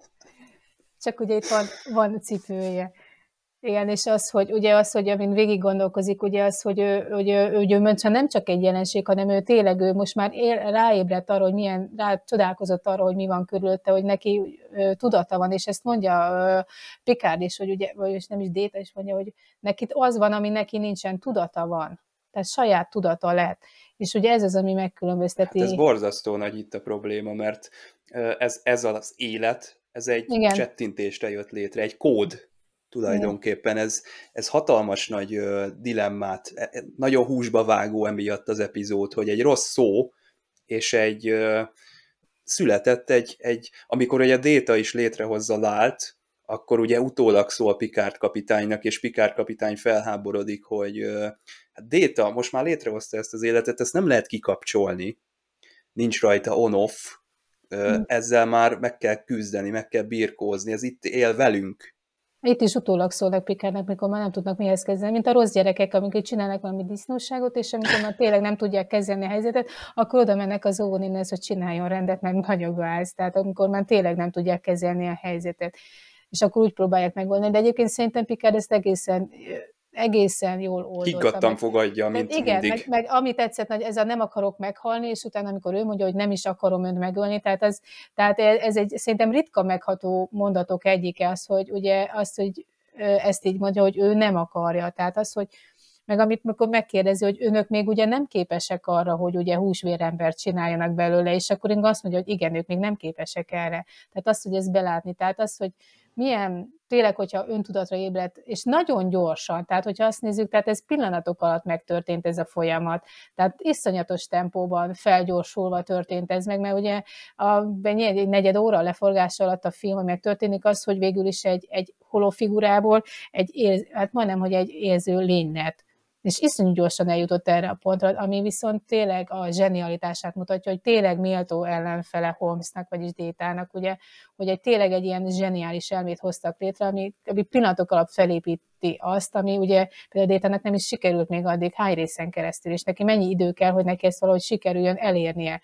csak ugye itt van, van cipője. Igen, és az, hogy ugye az, hogy amin végig gondolkozik, ugye az, hogy ő, hogy ő, hogy ő nem csak egy jelenség, hanem ő tényleg ő most már él, ráébredt arra, hogy milyen, rá csodálkozott arra, hogy mi van körülötte, hogy neki ő, tudata van, és ezt mondja uh, Picard is, hogy ugye, vagy nem is Data is mondja, hogy neki az van, ami neki nincsen, tudata van. Tehát saját tudata lett. És ugye ez az, ami megkülönbözteti. Hát ez borzasztó nagy itt a probléma, mert ez, ez az élet, ez egy Igen. csettintésre jött létre, egy kód. Tulajdonképpen ez, ez hatalmas nagy uh, dilemmát, nagyon húsba vágó emiatt az epizód, hogy egy rossz szó, és egy uh, született egy, egy, amikor ugye a Data is létrehozza Lált, akkor ugye utólag szól Picard kapitánynak, és Picard kapitány felháborodik, hogy uh, hát Data most már létrehozta ezt az életet, ezt nem lehet kikapcsolni, nincs rajta on-off, uh, hmm. ezzel már meg kell küzdeni, meg kell birkózni, ez itt él velünk. Itt is utólag szólnak Picardnak, mikor már nem tudnak mihez kezdeni, mint a rossz gyerekek, amikor csinálnak valami disznóságot, és amikor már tényleg nem tudják kezelni a helyzetet, akkor oda mennek az óvónénihez, hogy csináljon rendet, meg nagyobb állsz. Tehát amikor már tényleg nem tudják kezelni a helyzetet. És akkor úgy próbálják megoldani. De egyébként szerintem Picard ezt egészen, egészen jól oldotta. Higgadtan fogadja, mint igen, mindig. Meg, meg ami tetszett, hogy ez a nem akarok meghalni, és utána, amikor ő mondja, hogy nem is akarom önt megölni, tehát, az, tehát ez egy szerintem ritka megható mondatok egyike, az, hogy ugye azt, hogy ezt így mondja, hogy ő nem akarja. Tehát az, hogy meg amit mikor megkérdezi, hogy önök még ugye nem képesek arra, hogy ugye húsvérembert csináljanak belőle, és akkor én azt mondja, hogy igen, ők még nem képesek erre. Tehát azt, hogy ezt belátni, tehát az, hogy milyen, tényleg, hogyha öntudatra ébredt, és nagyon gyorsan, tehát hogyha azt nézzük, tehát ez pillanatok alatt megtörtént ez a folyamat, tehát iszonyatos tempóban felgyorsulva történt ez meg, mert ugye a, egy negyed óra leforgás alatt a film, ami megtörténik, az, hogy végül is egy, egy holofigurából, egy ér, hát majdnem, hogy egy érző lény lett. És iszonyú gyorsan eljutott erre a pontra, ami viszont tényleg a zsenialitását mutatja, hogy tényleg méltó ellenfele Holmesnak, vagyis Détának, ugye, hogy egy tényleg egy ilyen zseniális elmét hoztak létre, ami, ami pillanatok alatt felépíti azt, ami ugye például Détának nem is sikerült még addig hány részen keresztül, és neki mennyi idő kell, hogy neki ezt valahogy sikerüljön elérnie.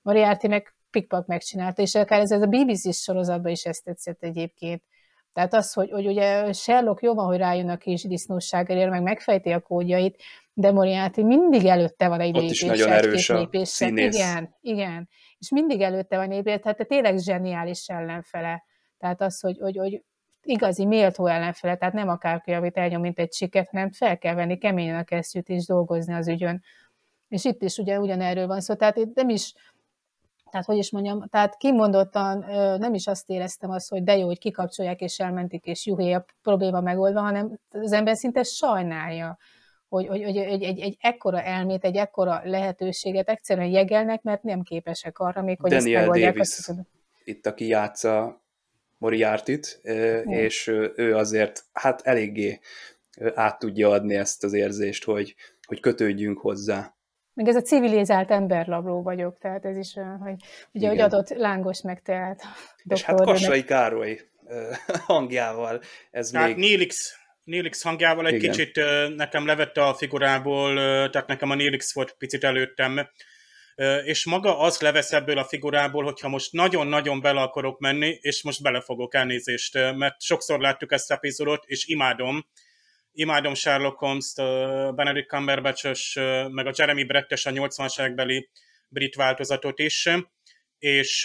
Moriarty meg pikpak megcsinálta, és akár ez, ez a bé bé cé sorozatban is ezt tetszett egyébként. Tehát az, hogy, hogy ugye Sherlock jó van, hogy rájön a kis disznóságért, meg megfejti a kódjait, de Moriarty mindig előtte van egy lépés. Ott is nagyon erős a színész. Igen, igen. És mindig előtte van egy lépés, tehát tényleg zseniális ellenfele. Tehát az, hogy, hogy, hogy igazi méltó ellenfele, tehát nem akárki, amit elnyom, mint egy csiket, hanem fel kell venni keményen a kesztyűt és dolgozni az ügyön. És itt is ugye ugyanerről van szó, tehát itt nem is, tehát hogy is mondjam, tehát kimondottan nem is azt éreztem azt, hogy de jó, hogy kikapcsolják és elmentik, és juhé a probléma megoldva, hanem az ember szinte sajnálja, hogy, hogy, hogy egy, egy, egy ekkora elmét, egy ekkora lehetőséget egyszerűen jegelnek, mert nem képesek arra még, hogy Daniel ezt megoldják. Davis, azt, itt aki játsza Moriartyt, és ő azért hát eléggé át tudja adni ezt az érzést, hogy, hogy kötődjünk hozzá. Meg ez a civilizált emberlabló vagyok, tehát ez is olyan, hogy ugye, hogy adott lángos megteelt. És hát Kassai Károly hangjával ez tehát még... Neelix, Neelix hangjával egy Igen. kicsit nekem levette a figurából, tehát nekem a Neelix volt picit előttem, és maga az levesz ebből a figurából, hogyha most nagyon-nagyon bele akarok menni, és most bele fogok, elnézést, mert sokszor láttuk ezt az epizódot, és imádom, imádom Sherlock Holmes-t, Benedict Cumberbatch-ös, meg a Jeremy Brett-es a nyolcvanas évekbeli brit változatot is, és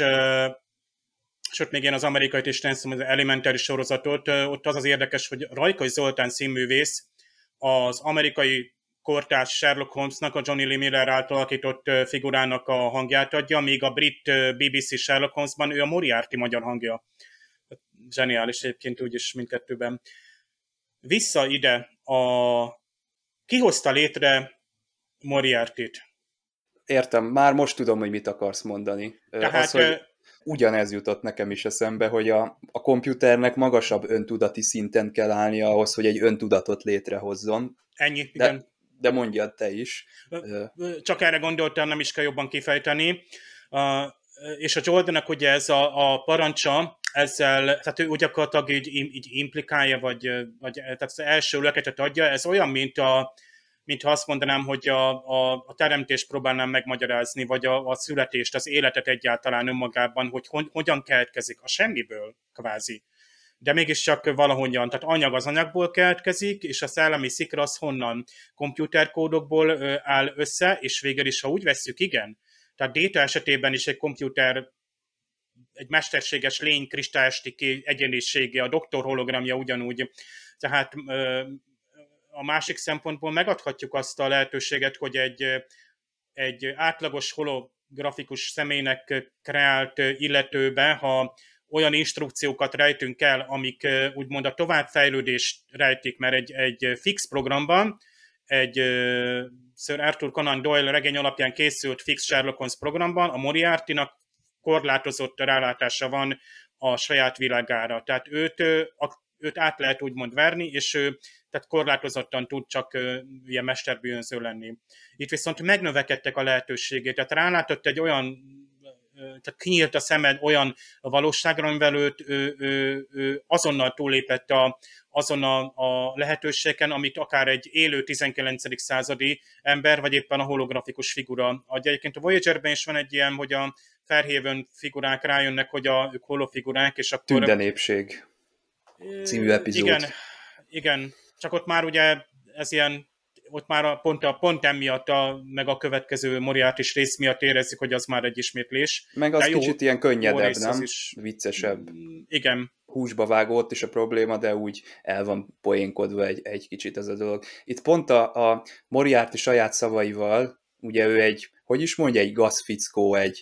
sőt, még én az amerikait is néztem, az Elementary sorozatot, ott az az érdekes, hogy Rajkai Zoltán színművész az amerikai kortárs Sherlock Holmesnak, a Johnny Lee Miller által alakított figurának a hangját adja, míg a brit bé bé cé Sherlock Holmesban ő a Moriarty magyar hangja. Zseniális egyébként úgyis mindkettőben. Vissza ide, a... ki hozta létre Moriartyt? Értem, már most tudom, hogy mit akarsz mondani. Tehát, az, hogy ugyanez jutott nekem is eszembe, hogy a, a komputernek magasabb öntudati szinten kell állnia ahhoz, hogy egy öntudatot létrehozzon. Ennyi, igen. De, de mondjad te is. Csak erre gondoltam, nem is kell jobban kifejteni. Uh, és a Jordannak ugye ez a, a parancsa, ezzel, tehát ő gyakorlatilag így, így implikálja, vagy, vagy tehát az első löketet adja, ez olyan, mint a mintha azt mondanám, hogy a, a, a teremtést próbálnám megmagyarázni, vagy a, a születést, az életet egyáltalán önmagában, hogy hon, hogyan keletkezik a semmiből, kvázi. De mégiscsak valahogyan, tehát anyag az anyagból keletkezik, és a szellemi szikra az honnan? Komputerkódokból áll össze, és végül is, ha úgy vesszük, igen. Tehát Data esetében is egy komputer, egy mesterséges lény kristályesti egyénisége, a doktor hologramja ugyanúgy. Tehát a másik szempontból megadhatjuk azt a lehetőséget, hogy egy, egy átlagos holografikus személynek kreált illetőbe, ha olyan instrukciókat rejtünk el, amik úgymond a továbbfejlődést rejtik, mert egy, egy fix programban, egy Sir Arthur Conan Doyle regény alapján készült fix Sherlock Holmes programban, a Moriartynak korlátozott rálátása van a saját világára. Tehát őt, őt át lehet úgymond verni, és ő tehát korlátozottan tud csak uh, ilyen mesterbűnöző lenni. Itt viszont megnövekedtek a lehetőségét, tehát rálátott egy olyan, uh, tehát kinyílt a szemed olyan valóságra, amivel őt ő, ő, ő azonnal túllépett a, azon a, a lehetőségen, amit akár egy élő tizenkilencedik századi ember, vagy éppen a holografikus figura adja. Egyébként a Voyagerben is van egy ilyen, hogy a Fairhaven figurák rájönnek, hogy a, ők holofigurák, és akkor... Tündenépség című epizód. Igen, igen. Csak ott már ugye ez ilyen, ott már a, pont, a, pont emiatt, a, meg a következő Moriarty-s rész miatt érezzük, hogy az már egy ismétlés. Meg az jó, kicsit ilyen könnyedebb, nem? Is, viccesebb. Igen. Húsba vágó, ott is a probléma, de úgy el van poénkodva egy, egy kicsit ez a dolog. Itt pont a, a Moriarty saját szavaival, ugye ő egy, hogy is mondja, egy gazfickó, egy,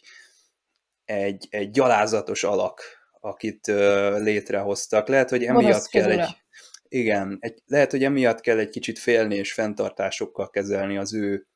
egy, egy gyalázatos alak, akit uh, létrehoztak. Lehet, hogy emiatt kell egy... Igen, egy, lehet, hogy emiatt kell egy kicsit félni és fenntartásokkal kezelni az ő,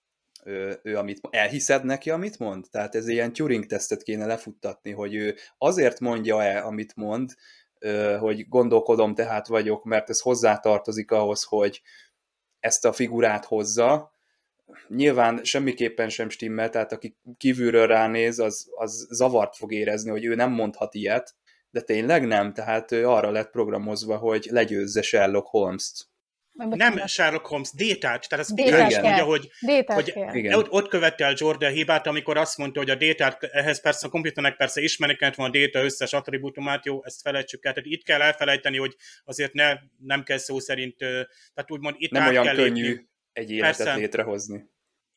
ő, ő amit elhiszed neki, amit mond? Tehát ez ilyen Turing-tesztet kéne lefuttatni, hogy ő azért mondja-e, amit mond, hogy gondolkodom, tehát vagyok, mert ez hozzátartozik ahhoz, hogy ezt a figurát hozza. Nyilván semmiképpen sem stimmel, tehát aki kívülről ránéz, az, az zavart fog érezni, hogy ő nem mondhat ilyet, de tényleg nem, tehát ő arra lett programozva, hogy legyőzze Sherlock Holmes-t. Nem Sherlock Holmes, Détát, tehát az Détát is mondja, hogy, hogy ott, ott követte el Jordan hibát, amikor azt mondta, hogy a Détát, ehhez persze a komputernek persze ismerni kellett volna a Déta összes attribútumát, jó, ezt felejtsük el, tehát itt kell elfelejteni, hogy azért ne, nem kell szó szerint, tehát úgymond itt nem olyan kell könnyű lépni. egy életet Persze. Létrehozni.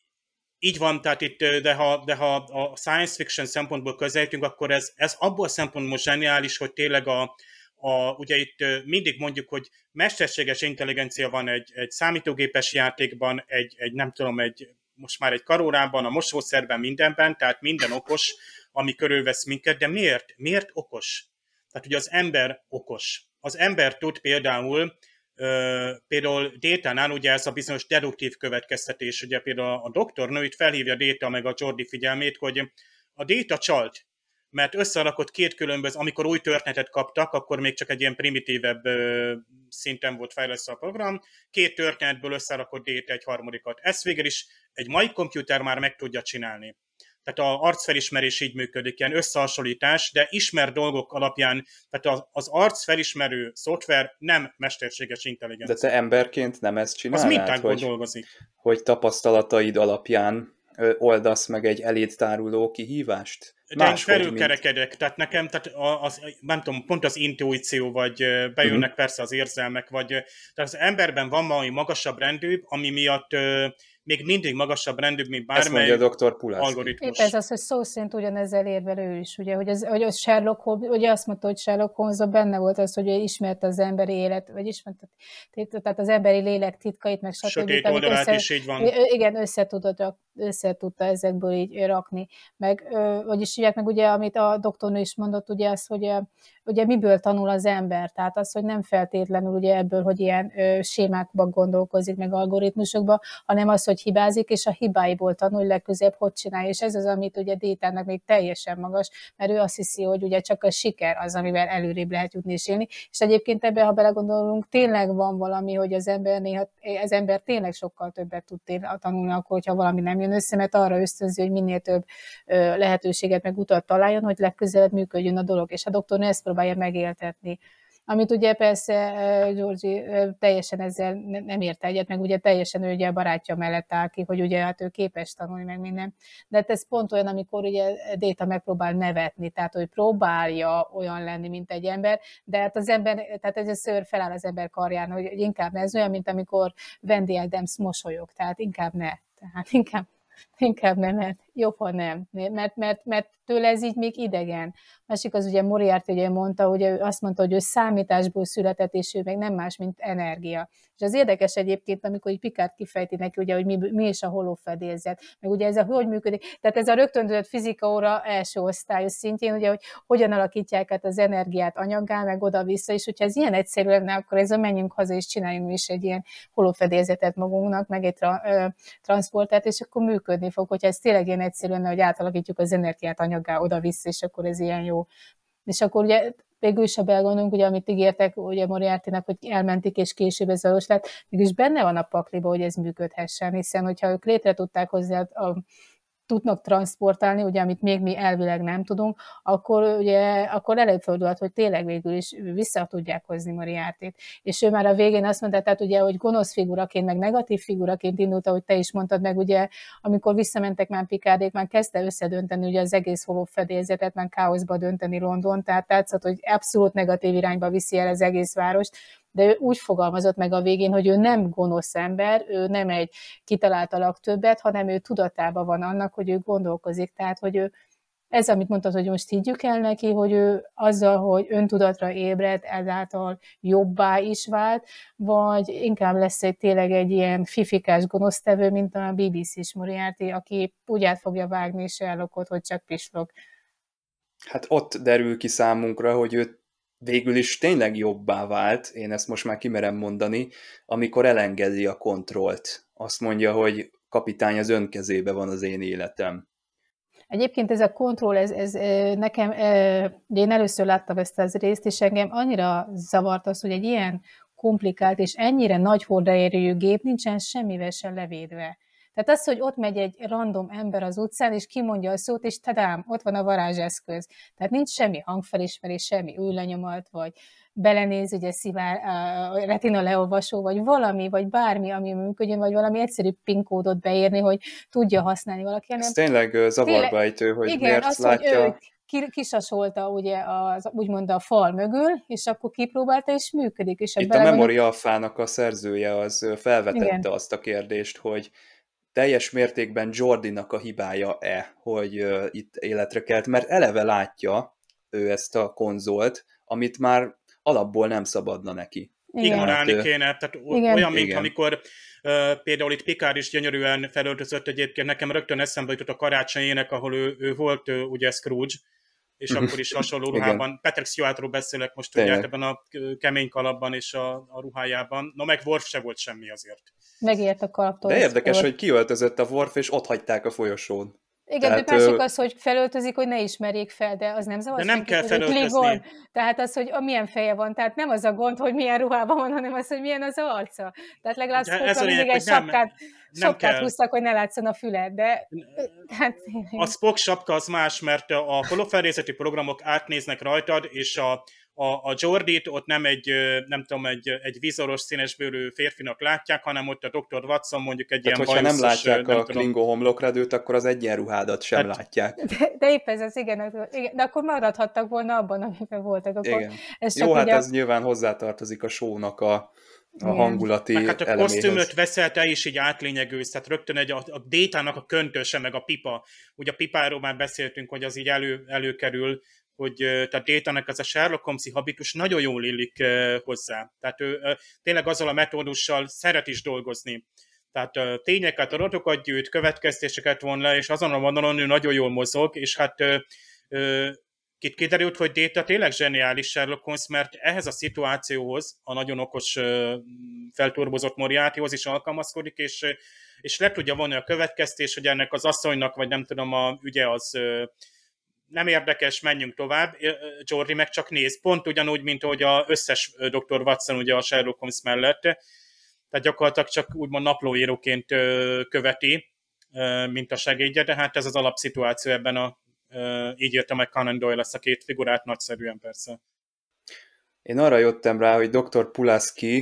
Így van, tehát itt, de ha, de ha a science fiction szempontból közelítünk, akkor ez, ez abból a szempontból zseniális, hogy tényleg a, a, ugye itt mindig mondjuk, hogy mesterséges intelligencia van egy, egy számítógépes játékban, egy, egy nem tudom, egy, most már egy karórában, a mosószerben, mindenben, tehát minden okos, ami körülvesz minket, de miért? Miért okos? Tehát ugye az ember okos. Az ember tud például Uh, például Détánál ugye ez a bizonyos deduktív következtetés, ugye például a doktornő itt felhívja Déta meg a Jordi figyelmét, hogy a Déta csalt, mert összerakott két különböző, amikor új történetet kaptak, akkor még csak egy ilyen primitívebb uh, szinten volt fejlesztve a program, két történetből összerakott Déta egy harmadikat. Ezt végül is egy mai komputer már meg tudja csinálni. Tehát az arcfelismerés így működik, ilyen összehasonlítás, de ismer dolgok alapján, tehát az, az arcfelismerő szoftver nem mesterséges intelligencia. De te emberként nem ezt csinálnád? Az mintákból hogy, dolgozik. Hogy tapasztalataid alapján oldasz meg egy eléd táruló kihívást? De én felülkerekedek, mint... tehát nekem, tehát az, nem tudom, pont az intuíció, vagy bejönnek uh-huh. persze az érzelmek, vagy tehát az emberben van valami magasabb rendű, ami miatt még mindig magasabb rendűbb, mint bármely algoritmus. Épp ez az, hogy szó szerint ugyanezzel érvel ő is, ugye, hogy, az, hogy az Sherlock Holmes, ugye azt mondta, hogy Sherlock Holmes benne volt az, hogy ő ismerte az emberi élet, vagy ismerte, tehát az emberi lélek titkait, meg stb. Sötét oldalát is így van. Igen, összetudta, összetudta ezekből így rakni. Meg, vagyis hívják meg ugye, amit a doktornő is mondott, ugye az, hogy ugye miből tanul az ember, tehát az, hogy nem feltétlenül ugye ebből, hogy ilyen ö, sémákban gondolkozik, meg algoritmusokban, hanem az, hogy hibázik, és a hibáiból tanul, legközebb hogy csinálja, és ez az, amit ugye Détának még teljesen magas, mert ő azt hiszi, hogy ugye csak a siker az, amivel előrébb lehet jutni és élni, és egyébként ebben, ha belegondolunk, tényleg van valami, hogy az ember néha, az ember tényleg sokkal többet tud tanulni, akkor, hogyha valami nem jön össze, mert arra ösztönzi, hogy minél több ö, lehetőséget meg utat találjon, hogy legközelebb működjön a dolog, és a doktornő ezt próbálja megéltetni. Amit ugye persze Georgi teljesen ezzel nem ért egyet, meg ugye teljesen ő ugye a barátja mellett áll ki, hogy ugye hát ő képes tanulni, meg minden. De hát ez pont olyan, amikor ugye Déta megpróbál nevetni, tehát hogy próbálja olyan lenni, mint egy ember, de hát az ember, tehát ez a szőr feláll az ember karján, hogy inkább ne, ez olyan, mint amikor Wendy Adams mosolyog, tehát inkább ne, tehát inkább Inkább nem, mert jobb, ha nem. Mert, mert, mert tőle ez így még idegen. Másik az ugye Moriarty ugye mondta, hogy ő azt mondta, hogy ő számításból született, és ő meg nem más, mint energia. És az érdekes egyébként, amikor így Picard kifejti neki, ugye, hogy mi, mi is a holófedélzet, meg ugye ez a, hogy működik. Tehát ez a rögtönzött fizika óra első osztályos szintjén, ugye, hogy hogyan alakítják át az energiát anyaggá, meg oda-vissza, és hogyha ez ilyen egyszerű lenne, akkor ez a menjünk haza, és csináljunk is egy ilyen holófedélzetet magunknak, meg egy tra, ö, transportát, és akkor működni fog, hogyha ez tényleg ilyen egyszerű lenne, hogy átalakítjuk az energiát anyaggá oda-vissza, és akkor ez ilyen jó. És akkor ugye végül is, ha belgondolunk, ugye, amit ígértek ugye Moriartynak, hogy elmentik, és később ez valós lett, mégis benne van a pakliba, hogy ez működhessen, hiszen hogyha ők létre tudták hozzá a tudnak transportálni, ugye, amit még mi elvileg nem tudunk, akkor, ugye, akkor előfordulhat, hogy tényleg végül is vissza tudják hozni Moriartyt. És ő már a végén azt mondta, tehát ugye, hogy gonosz figuraként, meg negatív figuraként indult, ahogy te is mondtad meg, ugye, amikor visszamentek már Picardék, már kezdte összedönteni ugye az egész holófedélzetet, már káoszba dönteni London, tehát látszott, hogy abszolút negatív irányba viszi el az egész várost, de ő úgy fogalmazott meg a végén, hogy ő nem gonosz ember, ő nem egy kitalált a legtöbbet, hanem ő tudatában van annak, hogy ő gondolkozik. Tehát, hogy ő, ez, amit mondtad, hogy most higgyük el neki, hogy ő azzal, hogy öntudatra ébredt, ezáltal jobbá is vált, vagy inkább lesz egy tényleg egy ilyen fifikás gonosztevő, mint a bé bé cés Moriarty, aki úgy át fogja vágni Sherlockot, hogy csak pislog. Hát ott derül ki számunkra, hogy ő végül is tényleg jobbá vált, én ezt most már kimerem mondani, amikor elengedi a kontrollt. Azt mondja, hogy kapitány, az ön kezébe van az én életem. Egyébként ez a kontroll, ez, ez nekem, én először láttam ezt az részt, és engem annyira zavart az, hogy egy ilyen komplikált és ennyire nagy hordaérőjű gép nincsen semmivel sem levédve. Tehát az, hogy ott megy egy random ember az utcán, és kimondja a szót, és tadám, ott van a varázseszköz. Tehát nincs semmi hangfelismerés, semmi új lenyomat, vagy belenéz, ugye szivár, a retina leolvasó, vagy valami, vagy bármi, ami működjön, vagy valami egyszerű PIN kódot beírni, hogy tudja használni valaki. Ez tényleg uh, zavarba ejtő, hogy igen, miért az, látja... hogy ő kisasolta ugye az, úgymond a fal mögül, és akkor kipróbálta, és működik. És itt a Memory Alphának a szerzője az felvetette igen. azt a kérdést, hogy teljes mértékben Jordinak a hibája-e, hogy uh, itt életre kelt, mert eleve látja ő ezt a konzolt, amit már alapból nem szabadna neki. Ignorálni hát, kéne, tehát igen. olyan, mint igen. amikor uh, például itt Picard is gyönyörűen felöltözött egyébként, nekem rögtön eszembe jutott a karácsonyének, ahol ő, ő volt uh, ugye Scrooge, és akkor is hasonló ruhában. Patrick Stewartról beszélek most ugye ebben a kemény kalapban és a, a ruhájában. No meg Worf se volt semmi azért. Megért a kalaptól. De érdekes, volt. Hogy kiöltözött a Worf, és ott hagyták a folyosón. Igen, tehát, de másik az, hogy felöltözik, hogy ne ismerjék fel, de az nem zavar. De nem kell felöltözni. Tehát az, hogy milyen feje van, tehát nem az a gond, hogy milyen ruhában van, hanem az, hogy milyen az arca. Tehát legalább Spockra mindig egy sapkát, sapkát húztak, hogy ne látszon a füle, de... Tehát... A Spock sapka az más, mert a holofelérzeti programok átnéznek rajtad, és a A, a Geordi-t ott nem egy, nem tudom, egy, egy vizoros színesbőrű férfinak látják, hanem ott a doktor Watson mondjuk egy tehát, ilyen hogyha bajuszos... nem látják nem a Klingon homlokredőt, akkor az egyenruhádat sem hát, látják. De, de épp ez az, igen, igen, de akkor maradhattak volna abban, amiben voltak. Akkor igen. Ez jó, hát a... ez nyilván hozzátartozik a show-nak a, a hangulati meg hát a eleméhez. Kosztümöt veszel, te is így átlényegülsz, tehát rögtön egy, a, a Détának a köntöse, meg a pipa. Ugye a pipáról már beszéltünk, hogy az így elő, előkerül, hogy tehát Détának az a Sherlock Holmes-i habitus nagyon jól illik hozzá. Tehát ő tényleg azzal a metódussal szeret is dolgozni. Tehát tényeket, adatokat gyűjt, következtéseket von le, és azon a vonalon ő nagyon jól mozog, és hát itt kiderült, hogy Déta tényleg zseniális Sherlock Holmes, mert ehhez a szituációhoz, a nagyon okos felturbozott Moriartyhoz is alkalmazkodik, és, és le tudja vonni a következtés, hogy ennek az asszonynak, vagy nem tudom, a ügye az nem érdekes, menjünk tovább, Geordi meg csak néz, pont ugyanúgy, mint ahogy az összes doktor Watson ugye a Sherlock Holmes mellett, tehát gyakorlatilag csak úgymond naplóíróként követi, mint a segédje, de hát ez az alapszituáció ebben a, így írta meg Conan Doyle ezt a két figurát, nagyszerűen persze. Én arra jöttem rá, hogy doktor Pulaski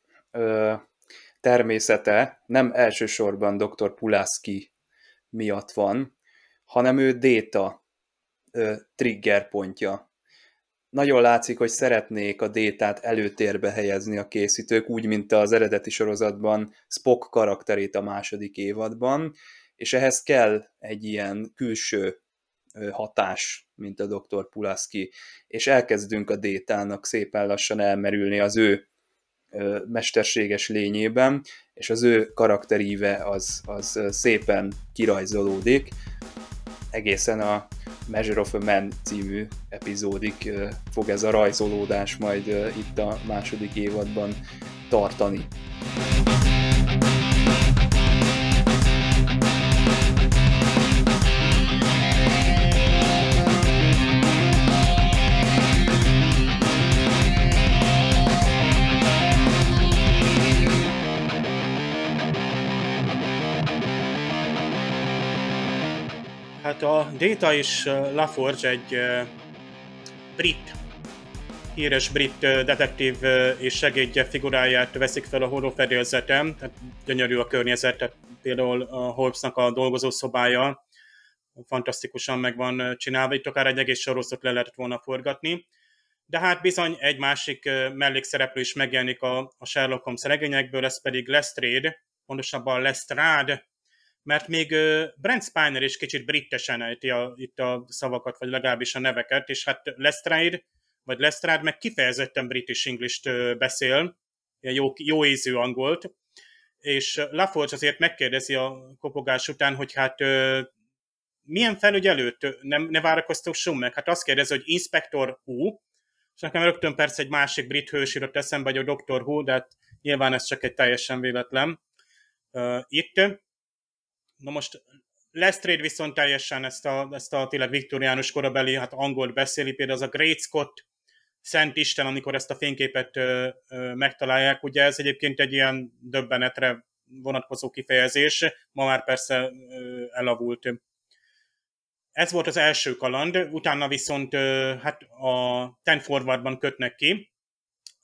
természete nem elsősorban doktor Pulaski miatt van, hanem ő Déta trigger pontja. Nagyon látszik, hogy szeretnék a Détát előtérbe helyezni a készítők, úgy, mint az eredeti sorozatban Spock karakterét a második évadban, és ehhez kell egy ilyen külső hatás, mint a doktor Pulaski, és elkezdünk a Détának szépen lassan elmerülni az ő mesterséges lényében, és az ő karakteríve az, az szépen kirajzolódik, egészen a Measure of a Man című epizódig fog ez a rajzolódás majd itt a második évadban tartani. Hát a Data és LaForge egy uh, brit, híres brit uh, detektív uh, és segédje figuráját veszik fel a holófedélzeten, tehát gyönyörű a környezet, tehát például a Holmesnak a dolgozószobája fantasztikusan meg van csinálva, itt akár egy egész sorozatot le lehetett volna forgatni, de hát bizony egy másik uh, mellékszereplő is megjelenik a, a Sherlock Holmes regényekből, ez pedig Lestrade, pontosabban Lestrade, mert még Brent Spiner is kicsit brittesen ejti a, itt a szavakat, vagy legalábbis a neveket, és hát Lestrade, vagy Lestrade meg kifejezetten British English-t beszél, jó, jó ízű angolt, és LaForge azért megkérdezi a kopogás után, hogy hát milyen felügyelőt nem, ne várakoztassunk meg? Hát azt kérdezi, hogy Inspector Who, és nekem rögtön persze egy másik brit hős jutott eszembe, hogy a doktor Who, de hát nyilván ez csak egy teljesen véletlen itt. Na most Lestrade viszont teljesen ezt a, ezt a tényleg viktoriánus korabeli, hát angolt beszéli, például az a Great Scott, Szent Isten, amikor ezt a fényképet ö, ö, megtalálják, ugye ez egyébként egy ilyen döbbenetre vonatkozó kifejezés, ma már persze ö, elavult. Ez volt az első kaland, utána viszont ö, hát a Ten Forwardban kötnek ki,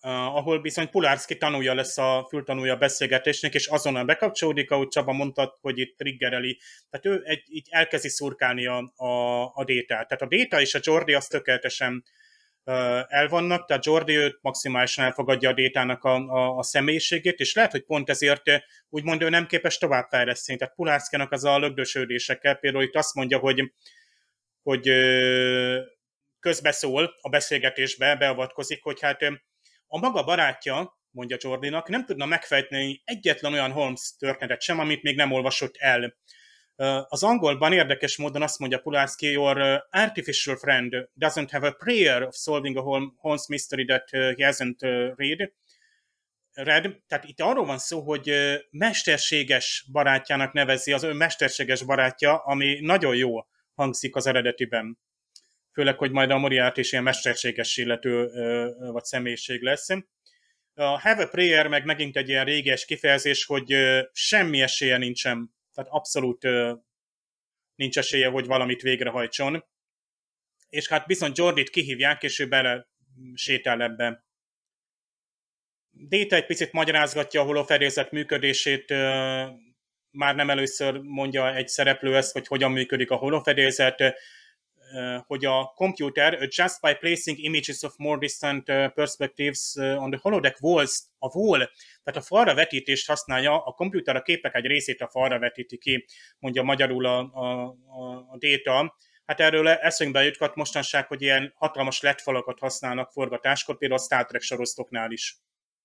Uh, ahol bizony Pulárszky tanulja lesz a fültanulja a beszélgetésnek, és azonnal bekapcsolódik, ahogy Csaba mondta, hogy itt triggereli. Tehát ő egy, így elkezdi szurkálni a, a, a détát. Tehát a déta és a Jordi az tökéletesen uh, elvannak, tehát Jordi őt maximálisan elfogadja a détának a, a, a személyiségét, és lehet, hogy pont ezért úgymond ő nem képes továbbfejleszteni. Tehát Pulárszkynak az a lögdösödésekkel, például itt azt mondja, hogy, hogy uh, közbeszól a beszélgetésbe, beavatkozik, hogy hát a maga barátja, mondja Jordinak, nem tudna megfejteni egyetlen olyan Holmes történetet sem, amit még nem olvasott el. Az angolban érdekes módon azt mondja Pulárszky, your artificial friend doesn't have a prayer of solving a Holmes mystery that he hasn't read. read. Tehát itt arról van szó, hogy mesterséges barátjának nevezi az ő mesterséges barátja, ami nagyon jó hangzik az eredetiben. Főleg, hogy majd a Moriarty is ilyen mesterséges illető vagy személyiség lesz. A have a prayer meg megint egy ilyen réges kifejezés, hogy semmi esélye nincsen, tehát abszolút nincs esélye, hogy valamit végrehajtson. És hát bizony Jordit kihívják, és ő bele sétál ebbe. Data egy picit magyarázgatja a holofedélzet működését, már nem először mondja egy szereplő ezt, hogy hogyan működik a holofedélzet, hogy a computer, just by placing images of more distant perspectives on the holodeck walls, a wall, tehát a falra vetítést használja, a komputer a képek egy részét a falra vetíti ki, mondja magyarul a, a, a Data. Hát erről eszünkbe jutkat mostanság, hogy ilyen hatalmas led falakat használnak forgatáskor, például a Star Trek sorozatoknál is.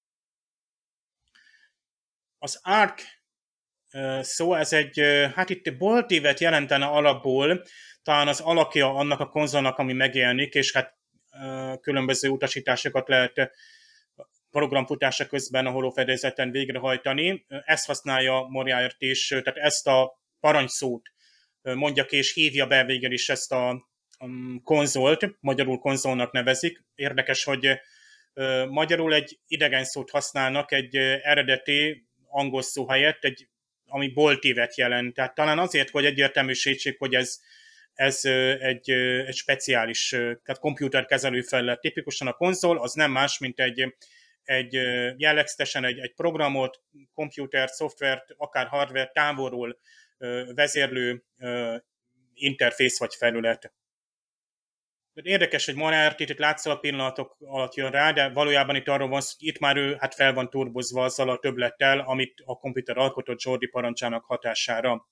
Az Arc szó, ez egy, hát itt boltívet jelentene alapból, talán az alakja annak a konzolnak, ami megjelenik, és hát különböző utasításokat lehet programfutása közben a holofedélzeten végrehajtani. Ezt használja Moriarty is, tehát ezt a parancsszót mondja ki, és hívja be végül is ezt a konzolt, magyarul konzolnak nevezik. Érdekes, hogy magyarul egy idegen szót használnak, egy eredeti angol szó helyett, egy, ami boltívet jelent. Tehát talán azért, hogy egyértelműsítsék, hogy ez ez egy, egy speciális, tehát komputerkezelő felület. Tipikusan a konzol az nem más, mint egy, egy jellegzetesen egy, egy programot, komputert, szoftvert, akár hardware távolról vezérlő interfész vagy felület. Érdekes, hogy Moriarty itt látszol a pillanatok alatt jön rá, de valójában itt arról van, hogy itt már ő hát fel van turbozva azzal a többlettel, amit a komputer alkotott Jordi parancsának hatására.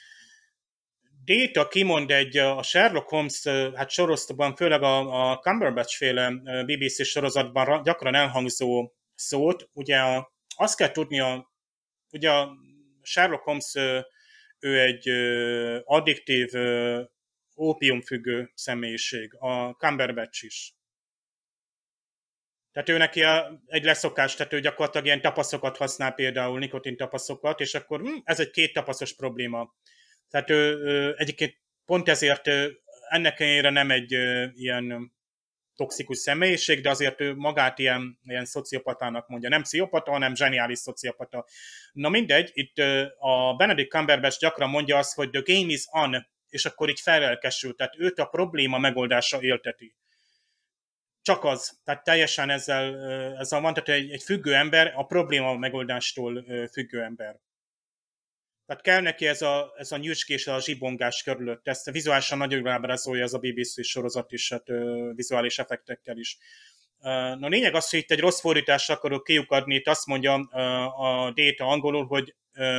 Data kimond egy a Sherlock Holmes hát sorozatban, főleg a, a Cumberbatch-féle bé bé cé sorozatban gyakran elhangzó szót. Ugye a, azt kell tudnia, ugye a Sherlock Holmes ő egy addiktív, ópiumfüggő személyiség, a Cumberbatch is. Tehát ő neki a, egy leszokás, tehát ő gyakorlatilag ilyen tapaszokat használ, például nikotin tapaszokat, és akkor hm, ez egy két tapaszos probléma. Tehát ő, ő egyébként pont ezért ennek ellenére nem egy ö, ilyen toxikus személyiség, de azért ő magát ilyen, ilyen szociopatának mondja. Nem pszichopata, hanem zseniális szociopata. Na mindegy, itt ö, a Benedict Cumberbatch gyakran mondja azt, hogy the game is on, és akkor így felelkesül, tehát őt a probléma megoldása élteti. Csak az, tehát teljesen ezzel, ezzel van, tehát egy, egy függő ember a probléma megoldástól függő ember. Tehát kell neki ez a, ez a nyücskés, a zsibongás körülött. Ezt vizuálisan nagyon ábrázolja ez a bé bé cé sorozat is, hát vizuális effektekkel is. Na lényeg az, hogy itt egy rossz fordításra akarok kiukadni, itt azt mondja a Data angolul, hogy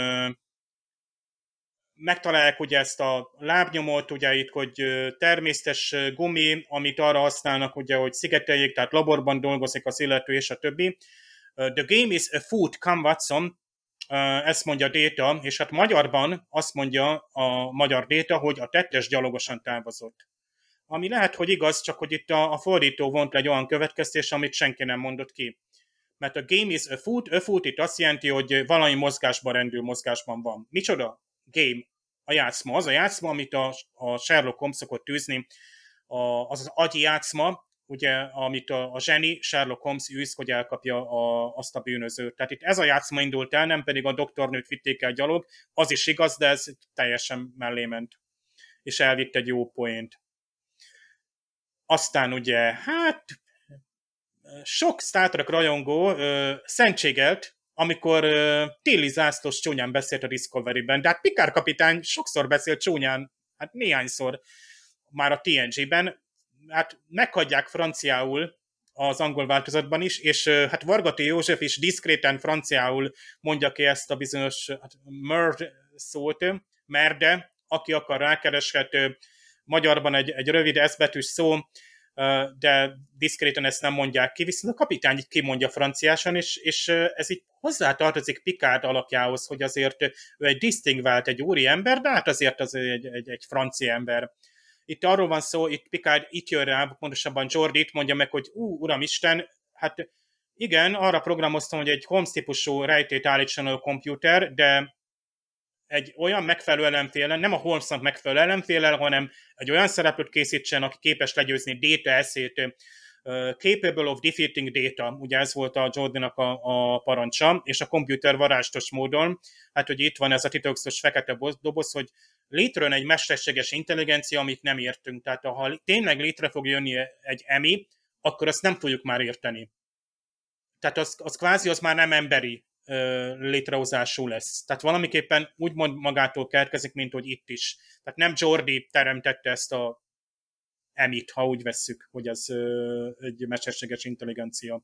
megtalálják ugye ezt a lábnyomot, ugye itt, hogy természetes gumi, amit arra használnak, ugye, hogy szigeteljék, tehát laborban dolgozik az illető, és a többi. The game is a food, come Watson, ezt mondja Data, és hát magyarban azt mondja a magyar Data, hogy a tettes gyalogosan távozott. Ami lehet, hogy igaz, csak hogy itt a, a fordító vont le egy olyan következtés, amit senki nem mondott ki. Mert a game is a food, a food itt azt jelenti, hogy valami mozgásban rendül, mozgásban van. Micsoda? Game. A játszma. Az a játszma, amit a, a Sherlock Holmes szokott tűzni, a, az az agyi játszma, ugye, amit a, a zseni Sherlock Holmes űz, hogy elkapja a, azt a bűnözőt. Tehát itt ez a játszma indult el, nem pedig a doktornőt vitték el gyalog. Az is igaz, de ez teljesen mellé ment. És elvitt egy jó poént. Aztán ugye, hát sok Star Trek rajongó ö, szentségelt, amikor ö, téli zászlós csúnyán beszélt a Discovery-ben, de hát Picard kapitány sokszor beszélt csúnyán, hát néhányszor már a té en gé-ben, hát meghagyják franciául az angol változatban is, és ö, hát Varga T. József is diszkréten franciául mondja ki ezt a bizonyos hát, merd szót, merde, aki akar rákereshet, magyarban egy, egy rövid S betűs szó, de diszkréten ezt nem mondják ki, viszont a kapitány így kimondja franciásan, és, és ez így hozzátartozik Picard alakjához, hogy azért ő egy disztingvált, egy úri ember, de hát azért az egy, egy, egy francia ember. Itt arról van szó, itt Picard itt jön rá, pontosabban Geordi itt mondja meg, hogy ú, uramisten, hát igen, arra programoztam, hogy egy Holmes típusú rejtét állítson a komputer, de egy olyan megfelelő ellenféllel, nem a Holmesnak megfelelő ellenféllel, hanem egy olyan szereplőt készítsen, aki képes legyőzni Data eszét, uh, capable of defeating Data, ugye ez volt a Jordannak a, a parancsa, és a komputer varázslatos módon, hát hogy itt van ez a titokzatos fekete doboz, hogy létrejön egy mesterséges intelligencia, amit nem értünk, tehát ha tényleg létre fog jönni egy emi, akkor azt nem tudjuk már érteni. Tehát az, az kvázi az már nem emberi létrehozású lesz. Tehát valamiképpen úgymond magától keletkezik, mint hogy itt is. Tehát nem Geordi teremtette ezt a emit, ha úgy vesszük, hogy ez egy mesterséges intelligencia.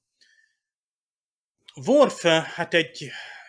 Worf, hát egy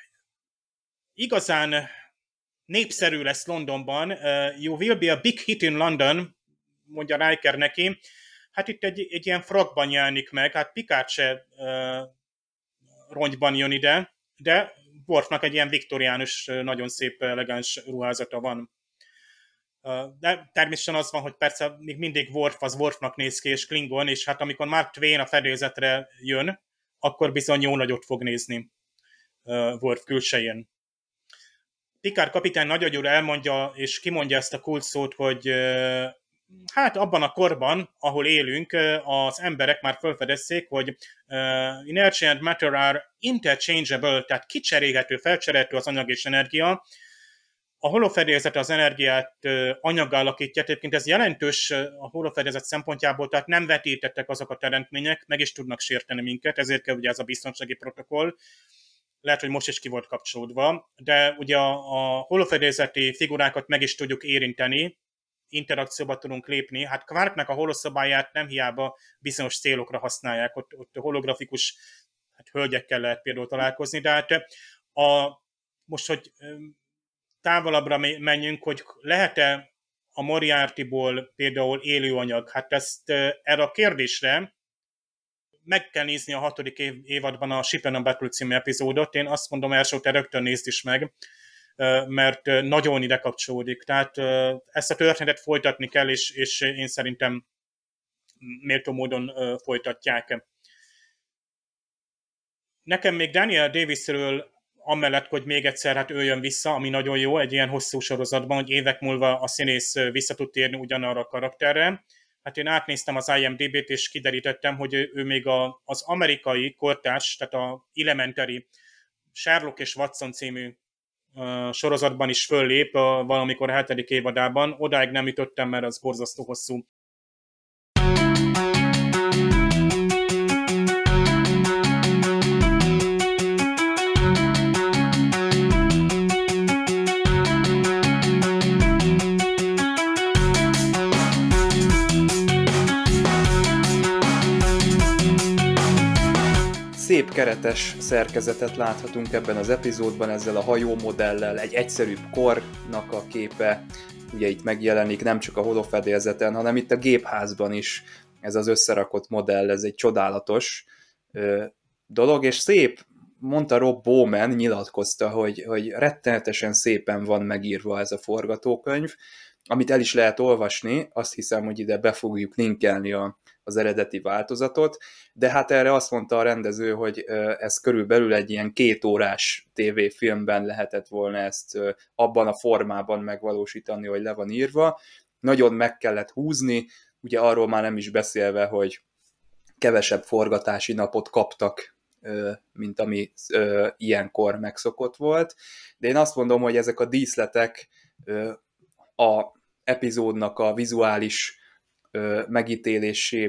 igazán népszerű lesz Londonban. You will be a big hit in London, mondja Riker neki. Hát itt egy, egy ilyen frakban jelenik meg, hát Picard se uh, rongyban jön ide, de Worfnak egy ilyen viktoriánus, nagyon szép, elegáns ruházata van. De természetesen az van, hogy persze még mindig Worf az Worfnak néz ki, és Klingon, és hát amikor Mark Twain a fedélzetre jön, akkor bizony jó nagyot fog nézni Worf külsején. Picard kapitány nagyagyúra elmondja, és kimondja ezt a kult szót, hogy hát abban a korban, ahol élünk, az emberek már felfedezték, hogy uh, inertia and matter are interchangeable, tehát kicserélhető, felcserélhető az anyag és energia. A holofedélzet az energiát uh, anyaggal alakítja, egyébként ez jelentős a holofedélzet szempontjából, tehát nem vetítettek azok a teremtmények, meg is tudnak sérteni minket, ezért kell ugye ez a biztonsági protokoll. Lehet, hogy most is ki volt kapcsolódva, de ugye a, a holofedélzeti figurákat meg is tudjuk érinteni, interakcióba tudunk lépni. Hát Quarknak a holoszobáját nem hiába bizonyos célokra használják, ott, ott holografikus hát, hölgyekkel lehet például találkozni, de hát a, most, hogy távolabbra menjünk, hogy lehet-e a Moriartyból például élőanyag? Hát ezt erre a kérdésre meg kell nézni a hatodik év, évadban a Ship and a Battle című epizódot. Én azt mondom, első te rögtön nézd is meg, mert nagyon ide kapcsolódik. Tehát ezt a történetet folytatni kell, és, és én szerintem méltó módon folytatják. Nekem még Daniel Davisről amellett, hogy még egyszer hát ő jön vissza, ami nagyon jó egy ilyen hosszú sorozatban, hogy évek múlva a színész vissza tud térni ugyanarra a karakterre. Hát én átnéztem az I M D B-t, és kiderítettem, hogy ő, ő még a, az amerikai kortárs, tehát a Elementary Sherlock és Watson című uh, sorozatban is föllép, uh, valamikor a hetedik évadában. Odáig nem jutottam, mert az borzasztó hosszú. Szép keretes szerkezetet láthatunk ebben az epizódban, ezzel a hajó modellel, egy egyszerűbb kornak a képe, ugye itt megjelenik nem csak a holofedélzeten, hanem itt a gépházban is ez az összerakott modell, ez egy csodálatos ö, dolog, és szép, mondta Rob Bowman, nyilatkozta, hogy, hogy rettenetesen szépen van megírva ez a forgatókönyv, amit el is lehet olvasni, azt hiszem, hogy ide be fogjuk linkelni a, az eredeti változatot, de hát erre azt mondta a rendező, hogy ez körülbelül egy ilyen két órás tévéfilmben lehetett volna ezt abban a formában megvalósítani, hogy le van írva. Nagyon meg kellett húzni, ugye arról már nem is beszélve, hogy kevesebb forgatási napot kaptak, mint ami ilyenkor megszokott volt, de én azt mondom, hogy ezek a díszletek a epizódnak a vizuális megítélésében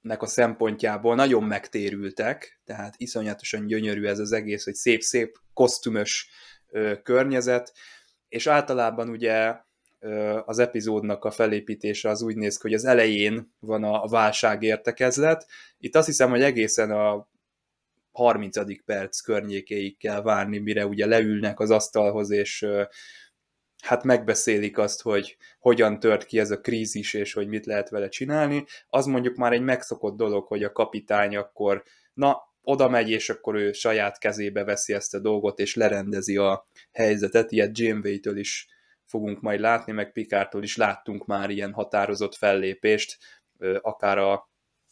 nek a szempontjából nagyon megtérültek, tehát iszonyatosan gyönyörű ez az egész, hogy szép-szép kosztümös ö, környezet, és általában ugye ö, az epizódnak a felépítése az úgy néz ki, hogy az elején van a, a válságértekezlet. Itt azt hiszem, hogy egészen a harmincadik perc környékéig kell várni, mire ugye leülnek az asztalhoz, és ö, hát megbeszélik azt, hogy hogyan tört ki ez a krízis, és hogy mit lehet vele csinálni. Az mondjuk már egy megszokott dolog, hogy a kapitány akkor, na, oda megy, és akkor ő saját kezébe veszi ezt a dolgot, és lerendezi a helyzetet. Ilyet Janeway-től is fogunk majd látni, meg Picardtól is láttunk már ilyen határozott fellépést, akár a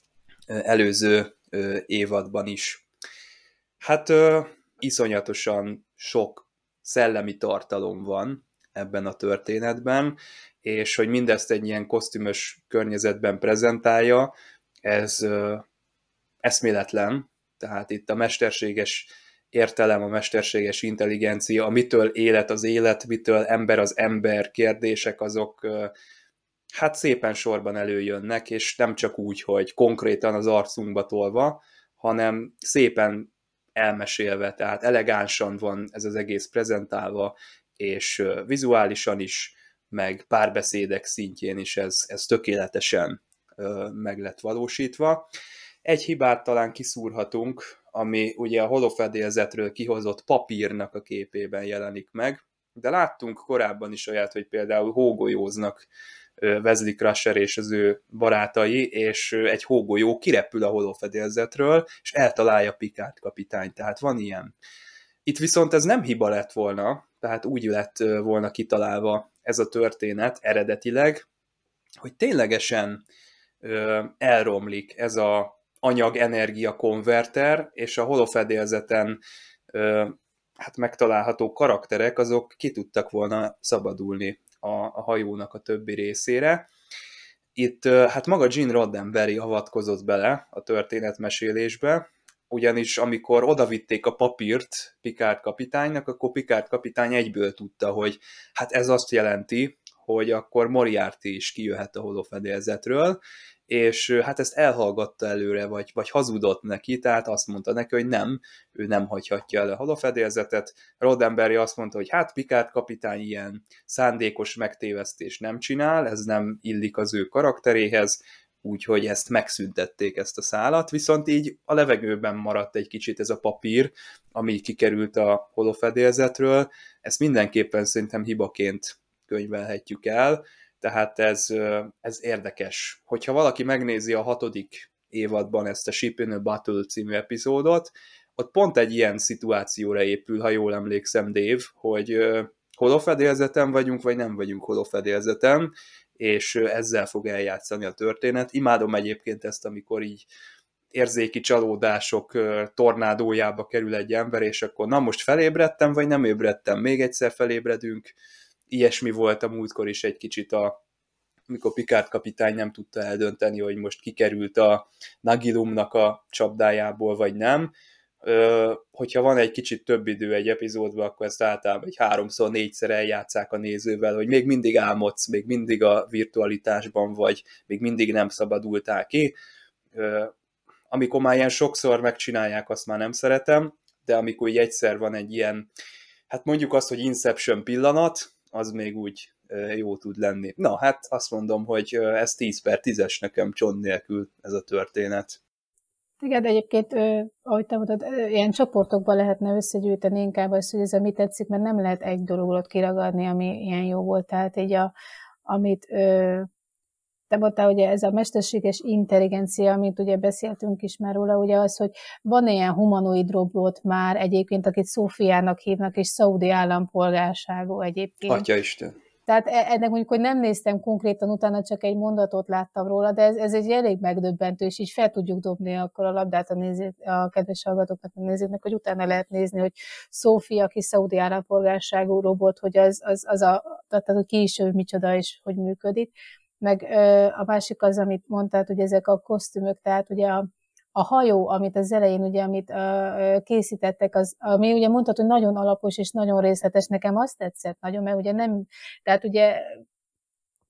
előző évadban is. Hát iszonyatosan sok szellemi tartalom van ebben a történetben, és hogy mindezt egy ilyen kosztümös környezetben prezentálja, ez ö, eszméletlen, tehát itt a mesterséges értelem, a mesterséges intelligencia, mitől élet az élet, mitől ember az ember kérdések, azok ö, hát szépen sorban előjönnek, és nem csak úgy, hogy konkrétan az arcunkba tolva, hanem szépen elmesélve, tehát elegánsan van ez az egész prezentálva, és vizuálisan is, meg párbeszédek szintjén is ez, ez tökéletesen meg lett valósítva. Egy hibát talán kiszúrhatunk, ami ugye a holofedélzetről kihozott papírnak a képében jelenik meg, de láttunk korábban is olyat, hogy például hógolyóznak Wesley Crusher és az ő barátai, és egy hógolyó kirepül a holofedélzetről, és eltalálja Picard kapitányt, tehát van ilyen. Itt viszont ez nem hiba lett volna, tehát úgy lett volna kitalálva ez a történet eredetileg, hogy ténylegesen ö, elromlik ez a anyag-energia konverter, és a holofedélzeten ö, hát megtalálható karakterek, azok ki tudtak volna szabadulni a, a hajónak a többi részére. Itt ö, hát maga Gene Roddenberry avatkozott bele a történetmesélésbe, ugyanis amikor odavitték a papírt Picard kapitánynak, akkor Picard kapitány egyből tudta, hogy hát ez azt jelenti, hogy akkor Moriarty is kijöhet a holofedélzetről, és hát ezt elhallgatta előre, vagy, vagy hazudott neki, tehát azt mondta neki, hogy nem, ő nem hagyhatja el a holofedélzetet. Roddenberry azt mondta, hogy hát Picard kapitány ilyen szándékos megtévesztés nem csinál, ez nem illik az ő karakteréhez, úgyhogy ezt megszüntették, ezt a szálat, viszont így a levegőben maradt egy kicsit ez a papír, ami kikerült a holofedélzetről, ezt mindenképpen szerintem hibaként könyvelhetjük el, tehát ez, ez érdekes. Hogyha valaki megnézi a hatodik évadban ezt a Ship in a Battle című epizódot, ott pont egy ilyen szituációra épül, ha jól emlékszem, Dave, hogy holofedélzeten vagyunk, vagy nem vagyunk holofedélzeten, és ezzel fog eljátszani a történet. Imádom egyébként ezt, amikor így érzéki csalódások tornádójába kerül egy ember, és akkor na most felébredtem, vagy nem ébredtem, még egyszer felébredünk. Ilyesmi volt a múltkor is egy kicsit, a, amikor Picard kapitány nem tudta eldönteni, hogy most kikerült a Nagilumnak a csapdájából, vagy nem. Ö, hogyha van egy kicsit több idő egy epizódban, akkor ezt általában egy háromszor, négyszer eljátszák a nézővel, hogy még mindig álmodsz, még mindig a virtualitásban vagy, még mindig nem szabadultál ki. Ö, amikor már ilyen sokszor megcsinálják, azt már nem szeretem, de amikor így egyszer van egy ilyen, hát mondjuk azt, hogy Inception pillanat, az még úgy jó tud lenni. Na, hát azt mondom, hogy ez tíz per tízes nekem csont nélkül ez a történet. Igen, de egyébként, ahogy te mondtad, ilyen csoportokban lehetne összegyűjteni inkább azt, hogy ez a mi tetszik, mert nem lehet egy dologot kiragadni, ami ilyen jó volt. Tehát így, a, amit te mondtál, ugye ez a mesterséges intelligencia, amit ugye beszéltünk is már róla, ugye az, hogy van ilyen humanoid robot már egyébként, akit Szófiának hívnak, és szaudi állampolgárságú egyébként. Atyaisten. Tehát ennek mondjuk, hogy nem néztem konkrétan utána, csak egy mondatot láttam róla, de ez, ez egy elég megdöbbentő, és így fel tudjuk dobni akkor a labdát a, néző, a kedves hallgatóknak, a nézőknek, hogy utána lehet nézni, hogy Szófia, aki szaudi állampolgárságú robot, hogy az, az, az a, tehát hogy ki is ő, micsoda, és hogy működik. Meg ö, a másik az, amit mondtál, hogy ezek a kosztümök, tehát ugye a, a hajó, amit az elején, ugye, amit ö, készítettek, az, ami ugye mondtad, hogy nagyon alapos és nagyon részletes, nekem azt tetszett nagyon, mert ugye nem, tehát ugye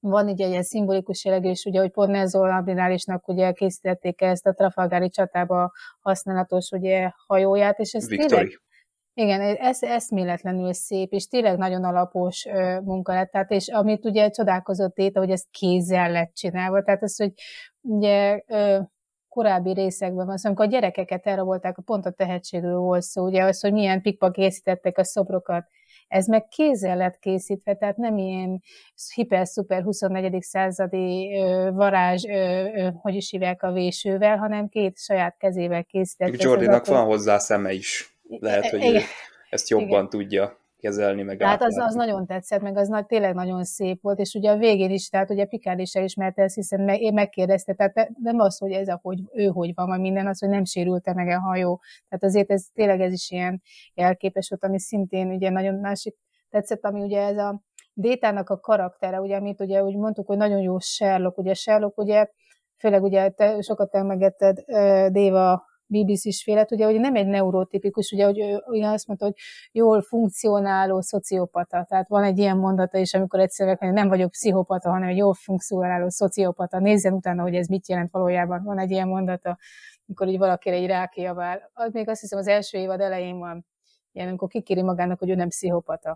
van így egy ilyen szimbolikus jellegű, és ugye, hogy pont Nelson admirálisnak ugye készítették ezt a Trafalgari csatába használatos ugye hajóját, és ez Victory. tényleg, igen, ez eszméletlenül szép, és tényleg nagyon alapos ö, munka lett, tehát, és amit ugye csodálkozott Déta, hogy ez kézzel lett csinálva, tehát az, hogy ugye ö, korábbi részekben van, szóval amikor a gyerekeket elrabolták, pont a tehetségről volt szó, ugye az, hogy milyen pikpa készítettek a szobrokat, ez meg kézzel lett készítve, tehát nem ilyen hiper-szuper huszonnegyedik századi ö, varázs, ö, ö, hogy is hívják a vésővel, hanem két saját kezével készített. Jordinak van hozzá szeme is. Lehet, hogy igen. ő ezt jobban Igen. tudja kezelni, meg Tehát az, átlátni. az nagyon tetszett, meg az nagy, tényleg nagyon szép volt, és ugye a végén is, tehát ugye Picard is elismerte ezt, hiszen meg, én megkérdezte, tehát nem az, hogy ez a, hogy ő hogy van, vagy minden, az, hogy nem sérülte meg a hajó. Tehát azért ez tényleg ez is ilyen jelképes volt, ami szintén ugye nagyon másik tetszett, ami ugye ez a Détának a karaktere, ugye, amit ugye úgy mondtuk, hogy nagyon jó Sherlock, ugye Sherlock, ugye, főleg ugye te sokat emlegetted uh, Déva bé bé cés félet, ugye, hogy nem egy neurotipikus, ugye, hogy ő, ugye azt mondta, hogy jól funkcionáló szociopata. Tehát van egy ilyen mondata is, amikor egyszerűen hogy nem vagyok pszichopata, hanem egy jól funkcionáló szociopata. Nézzen utána, hogy ez mit jelent valójában. Van egy ilyen mondata, amikor így valakire egy rákiabál. Az még azt hiszem az első évad elején van, ilyen, amikor kikéri magának, hogy ő nem pszichopata.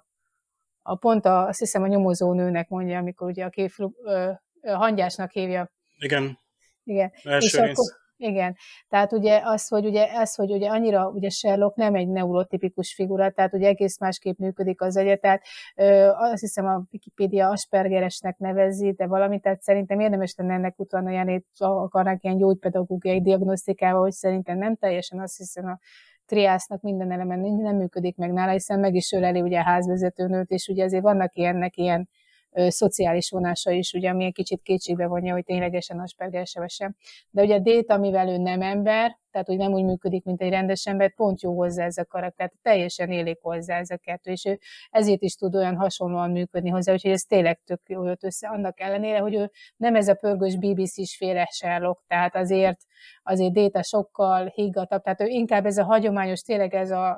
A pont a, azt hiszem a nyomozó nőnek mondja, amikor ugye aki ö, ö, hangyásnak hívja. Igen. Igen. Első és rész. akkor, igen, tehát ugye az, hogy ugye, ez, hogy ugye annyira ugye Sherlock nem egy neurotipikus figura, tehát ugye egész másképp működik az agya, tehát ö, azt hiszem a Wikipédia Aspergeresnek nevezi, de valamit, tehát szerintem érdemes lenne ennek utána járni, akarnak ilyen gyógypedagógiai diagnosztikával, hogy szerintem nem teljesen, azt hiszem a triásznak minden elemen nem működik meg nála, hiszen meg is öleli ugye a házvezetőnőt, és ugye azért vannak ilyennek ilyen ö, szociális vonása is, ugye, ami egy kicsit kétségbe vonja, hogy ténylegesen Asperger sem. De ugye Déta, mivel ő nem ember, tehát hogy nem úgy működik, mint egy rendes ember, pont jó hozzá ez a karakter, teljesen élik hozzá ez a kettő, és ő ezért is tud olyan hasonlóan működni hozzá, úgyhogy ez tényleg tök jó jött össze, annak ellenére, hogy ő nem ez a pörgős bé bé cés féle Sherlock, tehát azért, azért Déta sokkal higgadtabb, tehát ő inkább ez a hagyományos, tényleg ez a,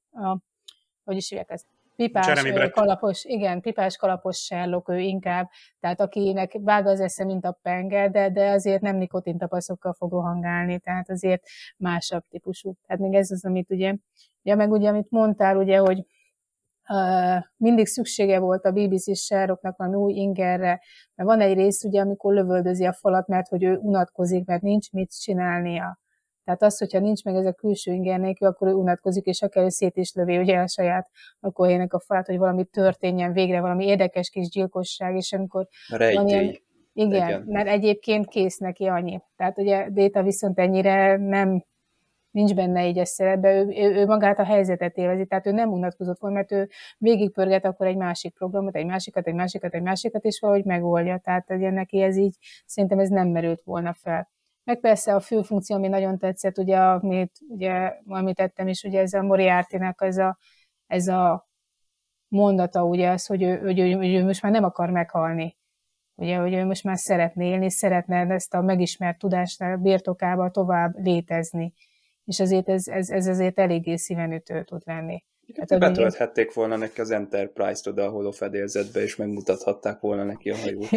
a hogy is hívják ezt? Pipás, kalapos, igen, pipás kalapos Sherlock, ő inkább, tehát akinek vág az esze, mint a penge, de, de azért nem nikotintapaszokkal fog rohangálni, tehát azért másabb típusú. Tehát még ez az, amit ugye, ja, meg ugye, amit mondtál, ugye, hogy uh, mindig szüksége volt a bé bé cés Sherlocknak valami új ingerre, mert van egy rész, ugye, amikor lövöldözi a falat, mert hogy ő unatkozik, mert nincs mit csinálnia. Tehát az, hogyha nincs meg ez a külső inger nélkül, akkor ő unatkozik, és akár ő szét is lövi ugye a saját lakóhelyének a falát, hogy valami történjen végre, valami érdekes kis gyilkosság, és amikor van ilyen, igen, legyen. Mert egyébként kész neki annyi. Tehát ugye Déta viszont ennyire nem, nincs benne így ez szerepben, ő, ő, ő magát a helyzetet élvezi, tehát ő nem unatkozott volna, mert ő végigpörget akkor egy másik programot, egy másikat, egy másikat, egy másikat, és valahogy megoldja. Tehát ugye neki ez így, szerintem ez nem merült volna fel. Meg persze a fő funkció, ami nagyon tetszett, ugye, amit ugye, említettem is, ugye ez a Moriartynek ez a, ez a mondata, ugye az, hogy ő, hogy, ő, hogy ő most már nem akar meghalni. Ugye, hogy ő most már szeretne élni, szeretne ezt a megismert tudásnál birtokába tovább létezni. És azért ez, ez, ez azért eléggé szívenütő tud lenni. Hát, betölthették volna neki az Enterprise-t oda a holofedélzetbe, és megmutathatták volna neki a hajót.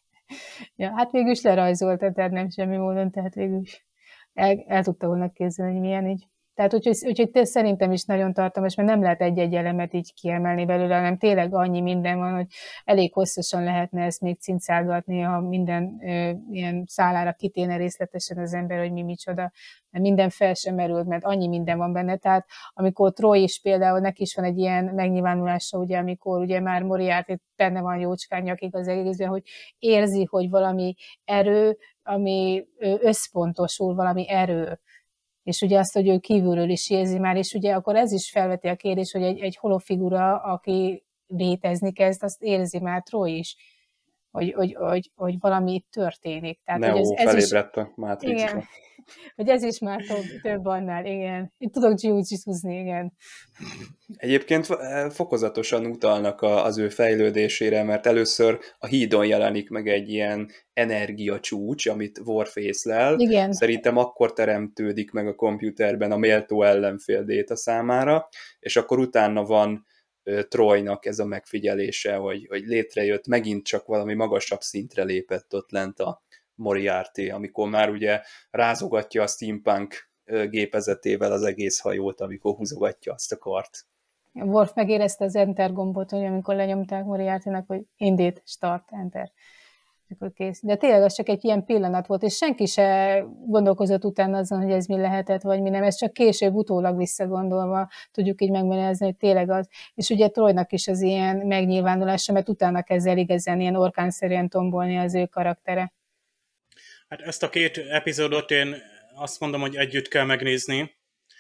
Ja, hát végül is lerajzolta, tehát nem semmi módon, tehát végül is el, el tudta volna képzelni, hogy milyen így. Tehát úgyhogy, úgyhogy szerintem is nagyon tartalmas, mert nem lehet egy-egy elemet így kiemelni belőle, hanem tényleg annyi minden van, hogy elég hosszasan lehetne ezt még cincálgatni, ha minden ö, ilyen szálára kiténe részletesen az ember, hogy mi micsoda, mert minden fel sem merült, mert annyi minden van benne. Tehát amikor Troy is például, neki is van egy ilyen megnyilvánulása, ugye, amikor ugye már Moriarty benne van jócskán nyakig az egészben, hogy érzi, hogy valami erő, ami összpontosul, valami erő. És ugye azt, hogy ő kívülről is érzi már, és ugye akkor ez is felveti a kérdés, hogy egy, egy holofigura, aki létezni kezd, azt érzi már Troy is, hogy, hogy, hogy, hogy valami itt történik. Tehát, Neo hogy ez, ez felébredt a Matrixra. Igen, hogy ez is már több, több annál, igen. Itt tudok jiu-jitsuzni, igen. Egyébként fokozatosan utalnak az ő fejlődésére, mert először a hídon jelenik meg egy ilyen energiacsúcs, amit Worf észlel. Igen. Szerintem akkor teremtődik meg a komputerben a méltó ellenfél Déta számára, és akkor utána van Troynak ez a megfigyelése, hogy, hogy létrejött, megint csak valami magasabb szintre lépett ott lent a Moriarty, amikor már ugye rázogatja a steampunk gépezetével az egész hajót, amikor húzogatja azt a kart. Worf megérezte az enter gombot, hogy amikor lenyomták Moriartynek, hogy indít, start, enter. Akkor kész. De tényleg az csak egy ilyen pillanat volt, és senki se gondolkozott utána azon, hogy ez mi lehetett, vagy mi nem. Ez csak később, utólag visszagondolva tudjuk így megmagyarázni, hogy tényleg az. És ugye Troynak is az ilyen megnyilvánulása, mert utána kezd el igazán ilyen orkánszerűen tombolni az ő karaktere. Hát ezt a két epizódot én azt mondom, hogy együtt kell megnézni,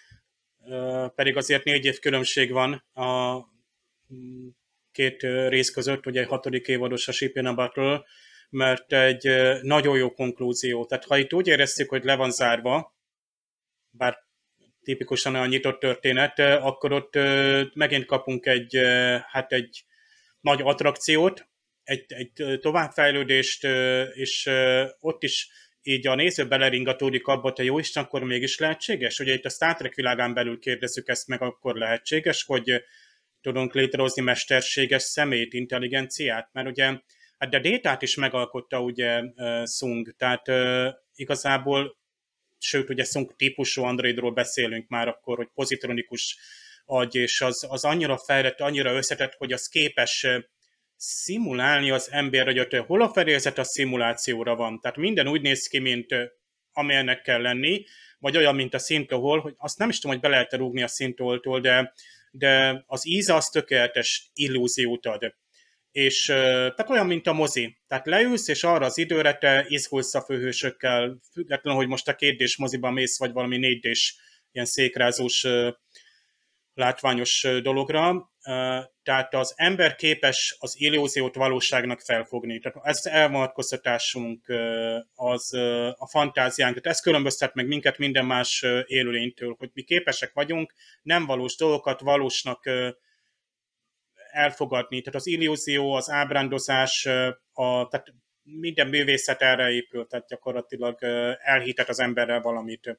pedig azért négy év különbség van a két rész között, ugye egy hatodik évados a Ship in a Battle, mert egy nagyon jó konklúzió. Tehát ha itt úgy éreztük, hogy le van zárva, bár tipikusan a nyitott történet, akkor ott megint kapunk egy, hát egy nagy attrakciót, egy, egy továbbfejlődést, és ott is így a néző beleringatódik abba, hogy jó Isten, akkor mégis lehetséges? Ugye itt a Star Trek világán belül kérdezzük ezt meg, akkor lehetséges, hogy tudunk létrehozni mesterséges szemét, intelligenciát, mert ugye hát de Détát is megalkotta ugye uh, Szung, tehát uh, igazából, sőt ugye Szung típusú androidról beszélünk már akkor, hogy pozitronikus agy, és az, az annyira fejlett, annyira összetett, hogy az képes uh, szimulálni az ember, hogy a holofedélzet a szimulációra van. Tehát minden úgy néz ki, mint uh, amilyennek kell lenni, vagy olyan, mint a szintohol, hogy azt nem is tudom, hogy be lehet rúgni a szintoholtól, de, de az íze az tökéletes illúziót ad. És tehát olyan, mint a mozi. Tehát leülsz, és arra az időre te izgulsz a főhősökkel, függetlenül, hogy most a kétdés moziban mész, vagy valami négydés ilyen székrázós, látványos dologra. Tehát az ember képes az illúziót valóságnak felfogni. Tehát ez az elvonatkoztatásunk, az a fantáziánk, tehát ez különböztet meg minket minden más élőlénytől, hogy mi képesek vagyunk nem valós dolgokat valósnak elfogadni. Tehát az illúzió, az ábrándozás, a, tehát minden művészet erre épül, tehát gyakorlatilag elhitet az emberrel valamit.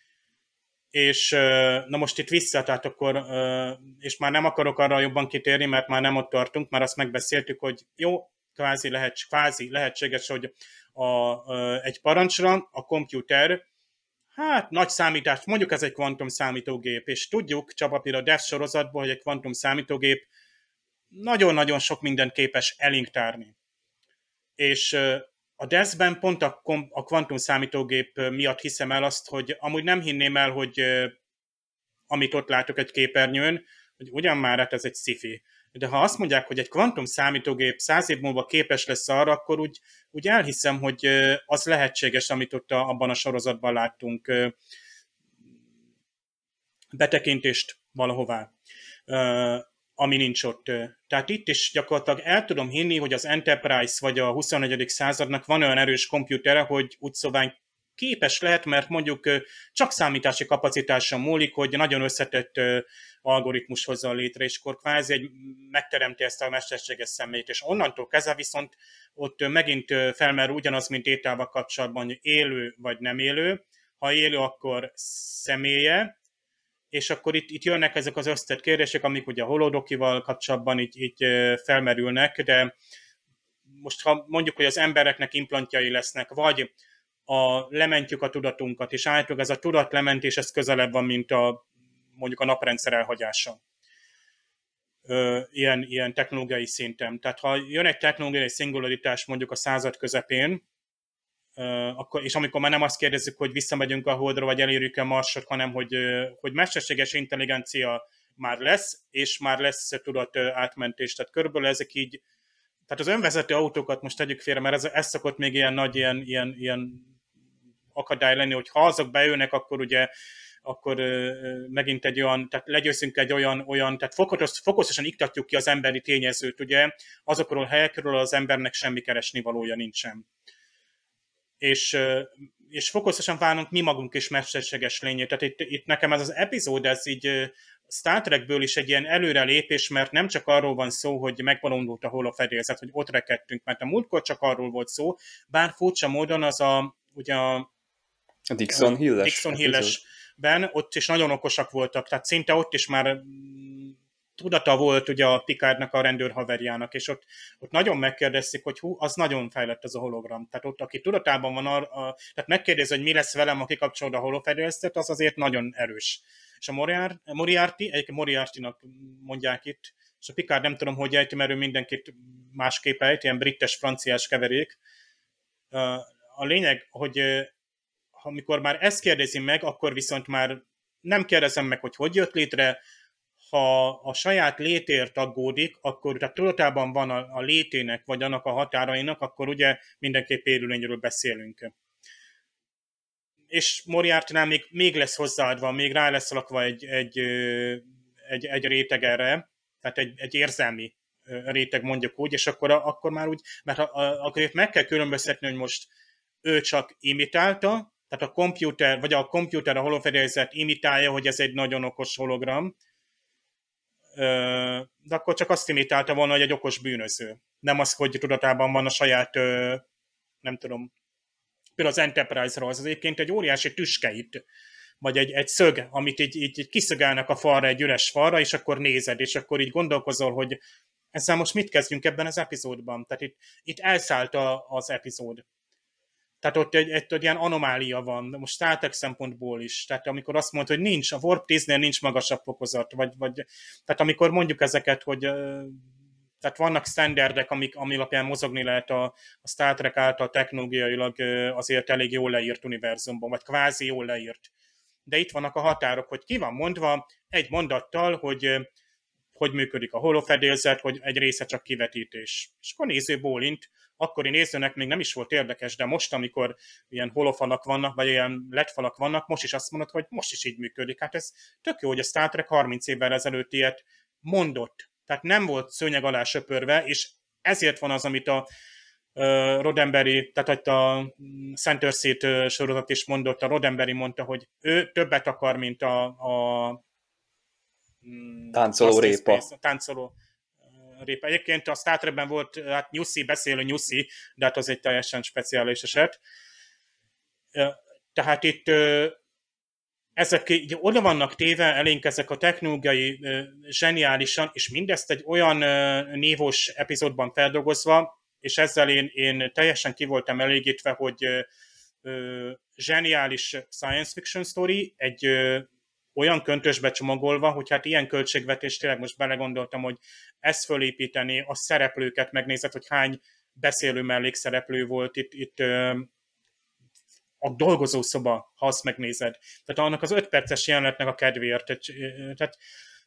És na most itt vissza, tehát akkor, és már nem akarok arra jobban kitérni, mert már nem ott tartunk, már azt megbeszéltük, hogy jó, kvázi, lehet, kvázi lehetséges, hogy a, egy parancsra a komputer, hát nagy számítás, mondjuk ez egy kvantum számítógép, és tudjuk, Csaba, például a Death sorozatból, hogy egy kvantum számítógép nagyon-nagyon sok mindent képes elénk tárni. És a Death-ben pont a, a kvantum számítógép miatt hiszem el azt, hogy amúgy nem hinném el, hogy amit ott látok egy képernyőn, hogy ugyan már hát ez egy sci-fi. De ha azt mondják, hogy egy kvantum számítógép száz év múlva képes lesz arra, akkor úgy, úgy elhiszem, hogy az lehetséges, amit ott a, abban a sorozatban láttunk. Betekintést valahová, ami nincs ott. Tehát itt is gyakorlatilag el tudom hinni, hogy az Enterprise vagy a huszonegyedik századnak van olyan erős komputere, hogy úgy szóval képes lehet, mert mondjuk csak számítási kapacitása múlik, hogy nagyon összetett algoritmus hozzá létre, és akkor kvázi egy megteremti ezt a mesterséges személyt, és onnantól kezdve viszont ott megint felmerül ugyanaz, mint Détával kapcsolatban, hogy élő vagy nem élő. Ha élő, akkor személye, és akkor itt, itt jönnek ezek az összetett kérdések, amik ugye a holodokival kapcsolatban így, így felmerülnek, de most ha mondjuk, hogy az embereknek implantjai lesznek, vagy a, lementjük a tudatunkat, és állítólag ez a tudatlementés, ez közelebb van, mint a, mondjuk a naprendszer elhagyása. Ö, ilyen, ilyen technológiai szinten. Tehát ha jön egy technológiai szingularitás mondjuk a század közepén, Uh, akkor, és amikor már nem azt kérdezzük, hogy visszamegyünk a Holdra, vagy elérjük a Marsot, hanem hogy, uh, hogy mesterséges intelligencia már lesz, és már lesz tudat uh, átmentés. Tehát körülbelül ezek így, tehát az önvezető autókat most tegyük félre, mert ez, ez szokott még ilyen nagy ilyen, ilyen, ilyen akadály lenni, hogy ha azok beülnek, akkor ugye akkor uh, megint egy olyan, tehát legyőzünk egy olyan, olyan tehát fokozos, fokozosan iktatjuk ki az emberi tényezőt, ugye azokról a helyekről az embernek semmi keresni valója nincsen. És, és fokozatosan válunk mi magunk is mesterséges lényé. Tehát itt, itt nekem ez az epizód, ez így Star Trekből is egy ilyen előrelépés, mert nem csak arról van szó, hogy megvalódult a holofedélzet, hogy ott rekedtünk, mert a múltkor csak arról volt szó, bár furcsa módon az a, ugye a, a Dixon Hill-es Dixon Hill-esben ott is nagyon okosak voltak, tehát szinte ott is már tudata volt ugye a Picardnak, a rendőrhaverjának, és ott, ott nagyon megkérdezték, hogy hú, az nagyon fejlett az a hologram. Tehát ott, aki tudatában van, a, a, tehát megkérdezi, hogy mi lesz velem, aki kapcsol a holofedélzetet, az azért nagyon erős. És a Moriarty, egyébként Moriartynak mondják itt, és a Picard nem tudom, hogy ejti, mert ő mindenkit másképp ejt, ilyen brittes-franciás keverék. A lényeg, hogy amikor már ezt kérdezi meg, akkor viszont már nem kérdezem meg, hogy hogy jött létre. Ha a saját létért aggódik, akkor tehát tudatában van a, a létének, vagy annak a határainak, akkor ugye mindenképp élőlényről beszélünk. És Moriartynál még, még lesz hozzáadva, még rá lesz alakva egy, egy, egy, egy réteg erre, tehát egy, egy érzelmi réteg mondjuk úgy, és akkor, akkor már úgy, mert akkor itt meg kell különböztetni, hogy most ő csak imitálta, tehát a komputer, vagy a komputer, a holofedélzet imitálja, hogy ez egy nagyon okos hologram, de akkor csak azt imitálta volna, hogy egy okos bűnöző. Nem az, hogy tudatában van a saját, nem tudom, például az Enterprise-ra, az egyébként egy óriási tüskeit, vagy egy, egy szög, amit így, így kiszögálnak a falra, egy üres falra, és akkor nézed, és akkor így gondolkozol, hogy ezzel most mit kezdjünk ebben az epizódban. Tehát itt, itt elszállt a, az epizód. Tehát ott egy, egy, egy ilyen anomália van, most Star Trek szempontból is. Tehát amikor azt mondod, hogy nincs, a Warp tíznél nincs magasabb fokozat, vagy, vagy tehát amikor mondjuk ezeket, hogy tehát vannak standardek, amik, ami alapján mozogni lehet a, a Star Trek által technológiailag azért elég jól leírt univerzumban, vagy kvázi jól leírt. De itt vannak a határok, hogy ki van mondva egy mondattal, hogy hogy működik a holofedélzet, hogy egy része csak kivetítés. És akkor néző bólint, akkori nézőnek még nem is volt érdekes, de most, amikor ilyen holofalak vannak, vagy ilyen ledfalak vannak, most is azt mondod, hogy most is így működik. Hát ez tök jó, hogy a Star Trek harminc évvel ezelőtt ilyet mondott. Tehát nem volt szőnyeg alá söpörve, és ezért van az, amit a uh, Roddenberry, tehát a Centerseat uh, sorozat is mondott, a Roddenberry mondta, hogy ő többet akar, mint a, a táncoló répa. Space, táncoló répa. Egyébként a Star Trekben volt, hát Nyuszi, beszélő Nyuszi, de hát az egy teljesen speciális eset. Tehát itt ezek így oda vannak téve elénk ezek a technológiai zseniálisan, és mindezt egy olyan névos epizódban feldolgozva, és ezzel én, én teljesen ki voltam elégítve, hogy zseniális science fiction story, egy olyan köntösbe csomagolva, hogy hát ilyen költségvetést tényleg most belegondoltam, hogy ezt fölépíteni, a szereplőket megnézed, hogy hány beszélő mellékszereplő volt itt, itt a dolgozószoba, ha azt megnézed. Tehát annak az öt perces jelenetnek a kedvéért. Tehát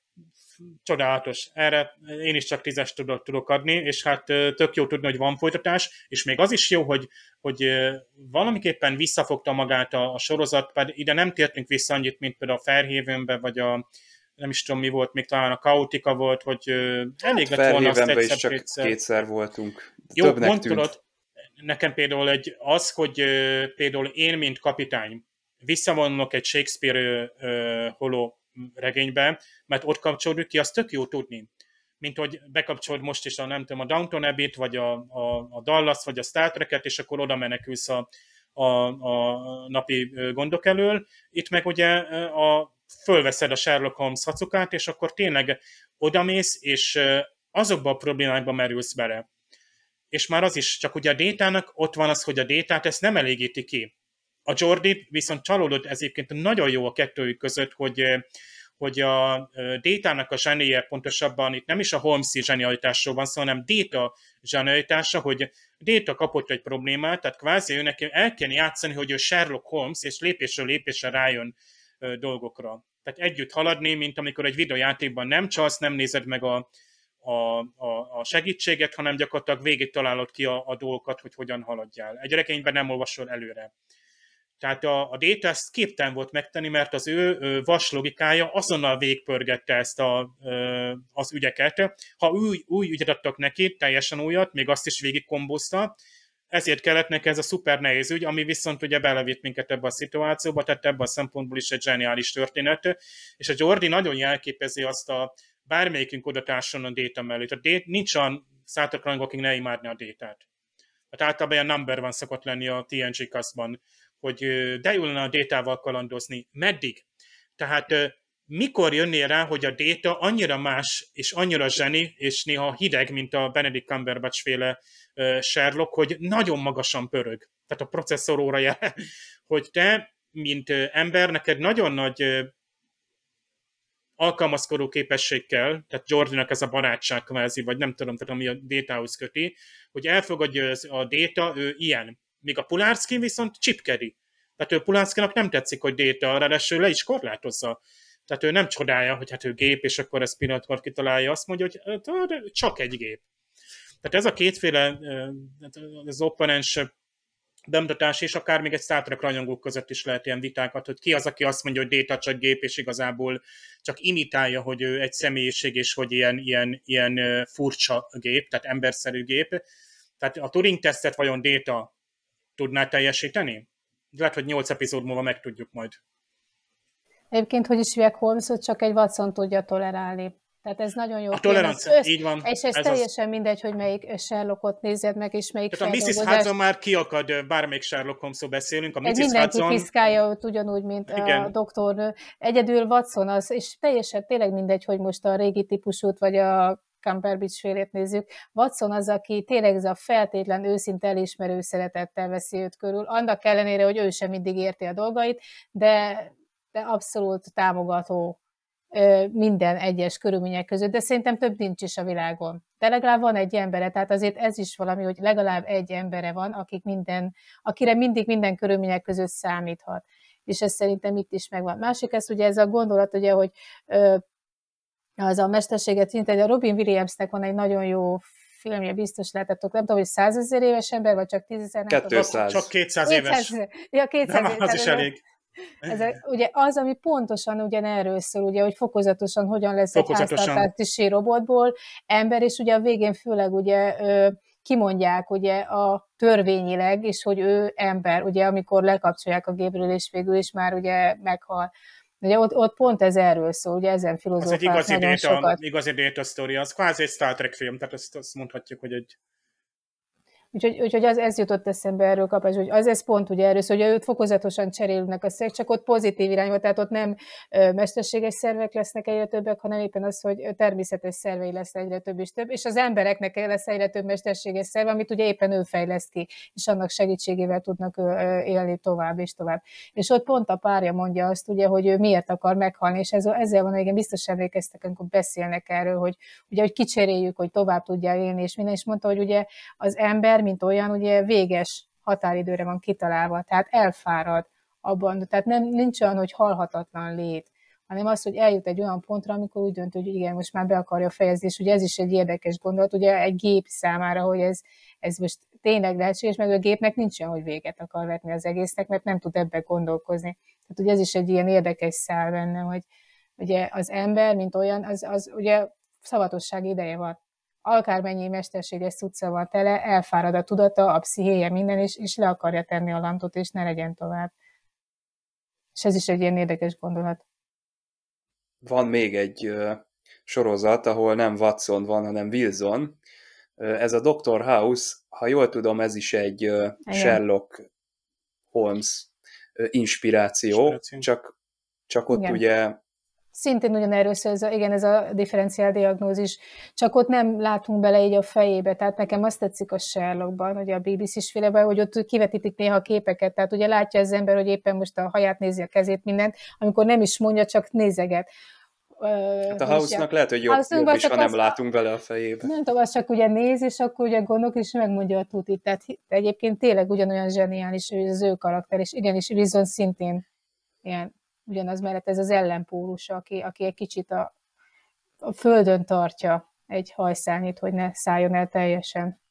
csodálatos. Erre én is csak tízes tudok, tudok adni, és hát tök jó tudni, hogy van folytatás, és még az is jó, hogy, hogy valamiképpen visszafogta magát a, a sorozat, pedig ide nem tértünk vissza annyit, mint például a Fairhavenbe, vagy a nem is tudom mi volt, még talán a Kautika volt, hogy elég hát lett volna azt egyszer, is csak kétszer. kétszer voltunk. Jó, Többnek mondtad, tűnt. Nekem például egy, az, hogy például én, mint kapitány, visszavonok egy Shakespeare uh, holó regénybe, mert ott kapcsolódik ki, az tök jó tudni. Mint hogy bekapcsolod most is a, nem tudom, a Downton Abbey-t, vagy a, a, a Dallas, vagy a Star Trek-et, és akkor oda menekülsz a, a, a napi gondok elől. Itt meg ugye a, fölveszed a Sherlock Holmes hacukát, és akkor tényleg odamész, és azokba a problémákba merülsz bele. És már az is, csak ugye a Détának ott van az, hogy a Détát ezt nem elégíti ki. A Geordi viszont csalódott, ez egyébként nagyon jó a kettőjük között, hogy, hogy a Détának a zsenie pontosabban itt nem is a Holmes-i zsenialitásról van szó, hanem Déta zsenialitása, hogy Déta kapott egy problémát, tehát kvázi ő neki el kell játszani, hogy ő Sherlock Holmes, és lépésről lépésre rájön dolgokra. Tehát együtt haladni, mint amikor egy videójátékban nem csalsz, nem nézed meg a A, a, a segítséget, hanem gyakorlatilag végig találod ki a, a dolgokat, hogy hogyan haladjál. Egy regényben nem olvasol előre. Tehát a, a Data ezt képtelen volt megtenni, mert az ő, ő vas logikája azonnal végigpörgette ezt a, az ügyeket. Ha új, új ügyet adtak neki, teljesen újat, még azt is végig kombózta, ezért kellett neki ez a szuper nehéz ügy, ami viszont ugye belevitt minket ebbe a szituációba, tehát ebben a szempontból is egy zseniális történet. És a Geordi nagyon jelképezi azt a bármelyikünk odatárson a Data mellé. Tehát nincs olyan Star Trek rajongó, akik ne imádni a Datát. Hát általában ilyen number van szokott lenni a té en gé castban, hogy de jól lenne a Datával kalandozni. Meddig? Tehát mikor jönnél rá, hogy a Data annyira más, és annyira zseni, és néha hideg, mint a Benedict Cumberbatch féle uh, Sherlock, hogy nagyon magasan pörög. Tehát a processzor óra jele, hogy te, mint uh, ember, neked nagyon nagy uh, alkalmazkodó képesség kell, tehát Jordinak ez a barátság kvázi, vagy nem tudom, tehát ami a Datahoz köti, hogy elfogadja a Data, ő ilyen. Míg a Pularsky viszont csipkedi. Tehát ő Pularskynak nem tetszik, hogy Data, ráadásul le is korlátozza. Tehát ő nem csodálja, hogy hát ő gép, és akkor ezt pillanatkor kitalálja, azt mondja, hogy csak egy gép. Tehát ez a kétféle, az opponens bemutatás, és akár még egy Star Trek rajongók között is lehet ilyen vitákat, hogy ki az, aki azt mondja, hogy Data csak gép, és igazából csak imitálja, hogy ő egy személyiség, és hogy ilyen, ilyen, ilyen furcsa gép, tehát emberszerű gép. Tehát a Turing-tesztet vajon Data tudná teljesíteni? Lehet, hogy nyolc epizód múlva megtudjuk majd. Egyébként, hogy is hívják Holmesot, csak egy Watson tudja tolerálni. Tehát ez nagyon jó. A tolerancia, össz, így van. És ez, ez teljesen az... mindegy, hogy melyik Sherlockot nézed meg, és melyik tehát a missus Hudson már kiakad, bármelyik Sherlock Holmesról beszélünk. A missus Mindenki Hudson... piszkálja őt ugyanúgy, mint igen. A doktornő. Egyedül Watson az, és teljesen tényleg mindegy, hogy most a régi típusút, vagy a Cumberbatch félét nézzük. Watson az, aki tényleg ez a feltétlen őszinte elismerő szeretettel veszi őt körül, annak ellenére, hogy ő sem mindig érti a dolgait, de, de abszolút támogató minden egyes körülmények között, de szerintem több nincs is a világon. De legalább van egy embere, tehát azért ez is valami, hogy legalább egy embere van, akik minden, akire mindig minden körülmények között számíthat. És ez szerintem itt is megvan. Másik ez ugye ez a gondolat, ugye, hogy az a mesterséget szinte, de a Robin Williamsnek van egy nagyon jó filmje, biztos lehetettok, nem tudom, hogy százezer éves ember, vagy csak tízezer, nem kétszáz. Csak kétszáz éves. Ja, kétszáz nem, az is elég. Ez a, ugye az, ami pontosan ugyanerről szól, ugye, hogy fokozatosan hogyan lesz fokozatosan. Egy háztartási robotból ember, és ugye a végén főleg ugye kimondják ugye a törvényileg, és hogy ő ember, ugye amikor lekapcsolják a gépről, és végül is már ugye meghal. Ugye ott, ott pont ez erről szól, ugye ezen filozófálnak az egy nagyon igazi sokat. Data, igazi Data sztori, az kvázi egy Star Trek film, tehát azt, azt mondhatjuk, hogy egy... Úgyhogy, úgyhogy az, ez jutott eszembe erről kapás, hogy az ez pont ugye erről szól, hogy őt fokozatosan cserélnek a szervek, csak ott pozitív irányba, tehát ott nem ö, mesterséges szervek lesznek egyre többek, hanem éppen az, hogy természetes szervei lesz egyre több és több, és az embereknek lesz egyre több mesterséges szerve, amit ugye éppen ő fejleszt ki, és annak segítségével tudnak ö, élni tovább és tovább. És ott pont a párja mondja azt, ugye, hogy ő miért akar meghalni, és ez, ezzel van, igen, biztos emlékeztek, amikor beszélnek erről, hogy ugye, hogy kicseréljük, hogy tovább tudja élni, és minden, és mondta, hogy ugye az ember mint olyan, ugye véges határidőre van kitalálva, tehát elfárad abban, tehát nem, nincs olyan, hogy halhatatlan lét, hanem az, hogy eljut egy olyan pontra, amikor úgy dönt, hogy igen, most már be akarja fejezni, és ugye ez is egy érdekes gondolat, ugye egy gép számára, hogy ez, ez most tényleg lehetséges, meg a gépnek nincs olyan, hogy véget akar vetni az egésznek, mert nem tud ebbe gondolkozni. Tehát ugye ez is egy ilyen érdekes szál benne, hogy ugye az ember, mint olyan, az, az ugye szavatosság ideje van. Akármennyi mesterséges cucca van tele, elfárad a tudata, a pszichéje, minden, és, és le akarja tenni a lantot, és ne legyen tovább. És ez is egy ilyen érdekes gondolat. Van még egy uh, sorozat, ahol nem Watson van, hanem Wilson. Uh, ez a doktor House, ha jól tudom, ez is egy uh, Sherlock Holmes uh, inspiráció, inspiráció. Csak, csak ott igen. Ugye... Szintén ugyanerről szól, ez a, igen, ez a differenciál diagnózis, csak ott nem látunk bele így a fejébe, tehát nekem azt tetszik a Sherlockban, ugye a bé bé cés féleben, hogy ott kivetítik néha a képeket, tehát ugye látja az ember, hogy éppen most a haját nézi, a kezét, mindent, amikor nem is mondja, csak nézeget. Hát a House-nak lehet, hogy jobb, jobb is, ha nem látunk bele a fejébe. Nem tudom, az csak ugye néz, és akkor ugye gondolok, és megmondja a tutit, tehát egyébként tényleg ugyanolyan zseniális az ő karakter, és igenis viszont szintén ilyen ugyanaz mellett ez az ellenpólus, aki, aki egy kicsit a, a földön tartja egy hajszálnyit, hogy ne szálljon el teljesen.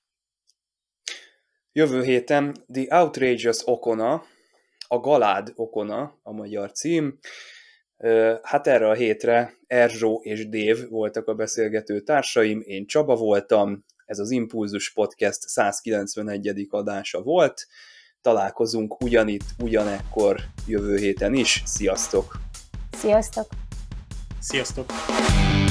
Jövő héten The Outrageous Okona, a Galád Okona a magyar cím. Hát erre a hétre Erzsó és Dév voltak a beszélgető társaim, én Csaba voltam, ez az Impulzus Podcast százkilencvenegyedik adása volt. Találkozunk ugyanitt, ugyanekkor jövő héten is. Sziasztok! Sziasztok! Sziasztok!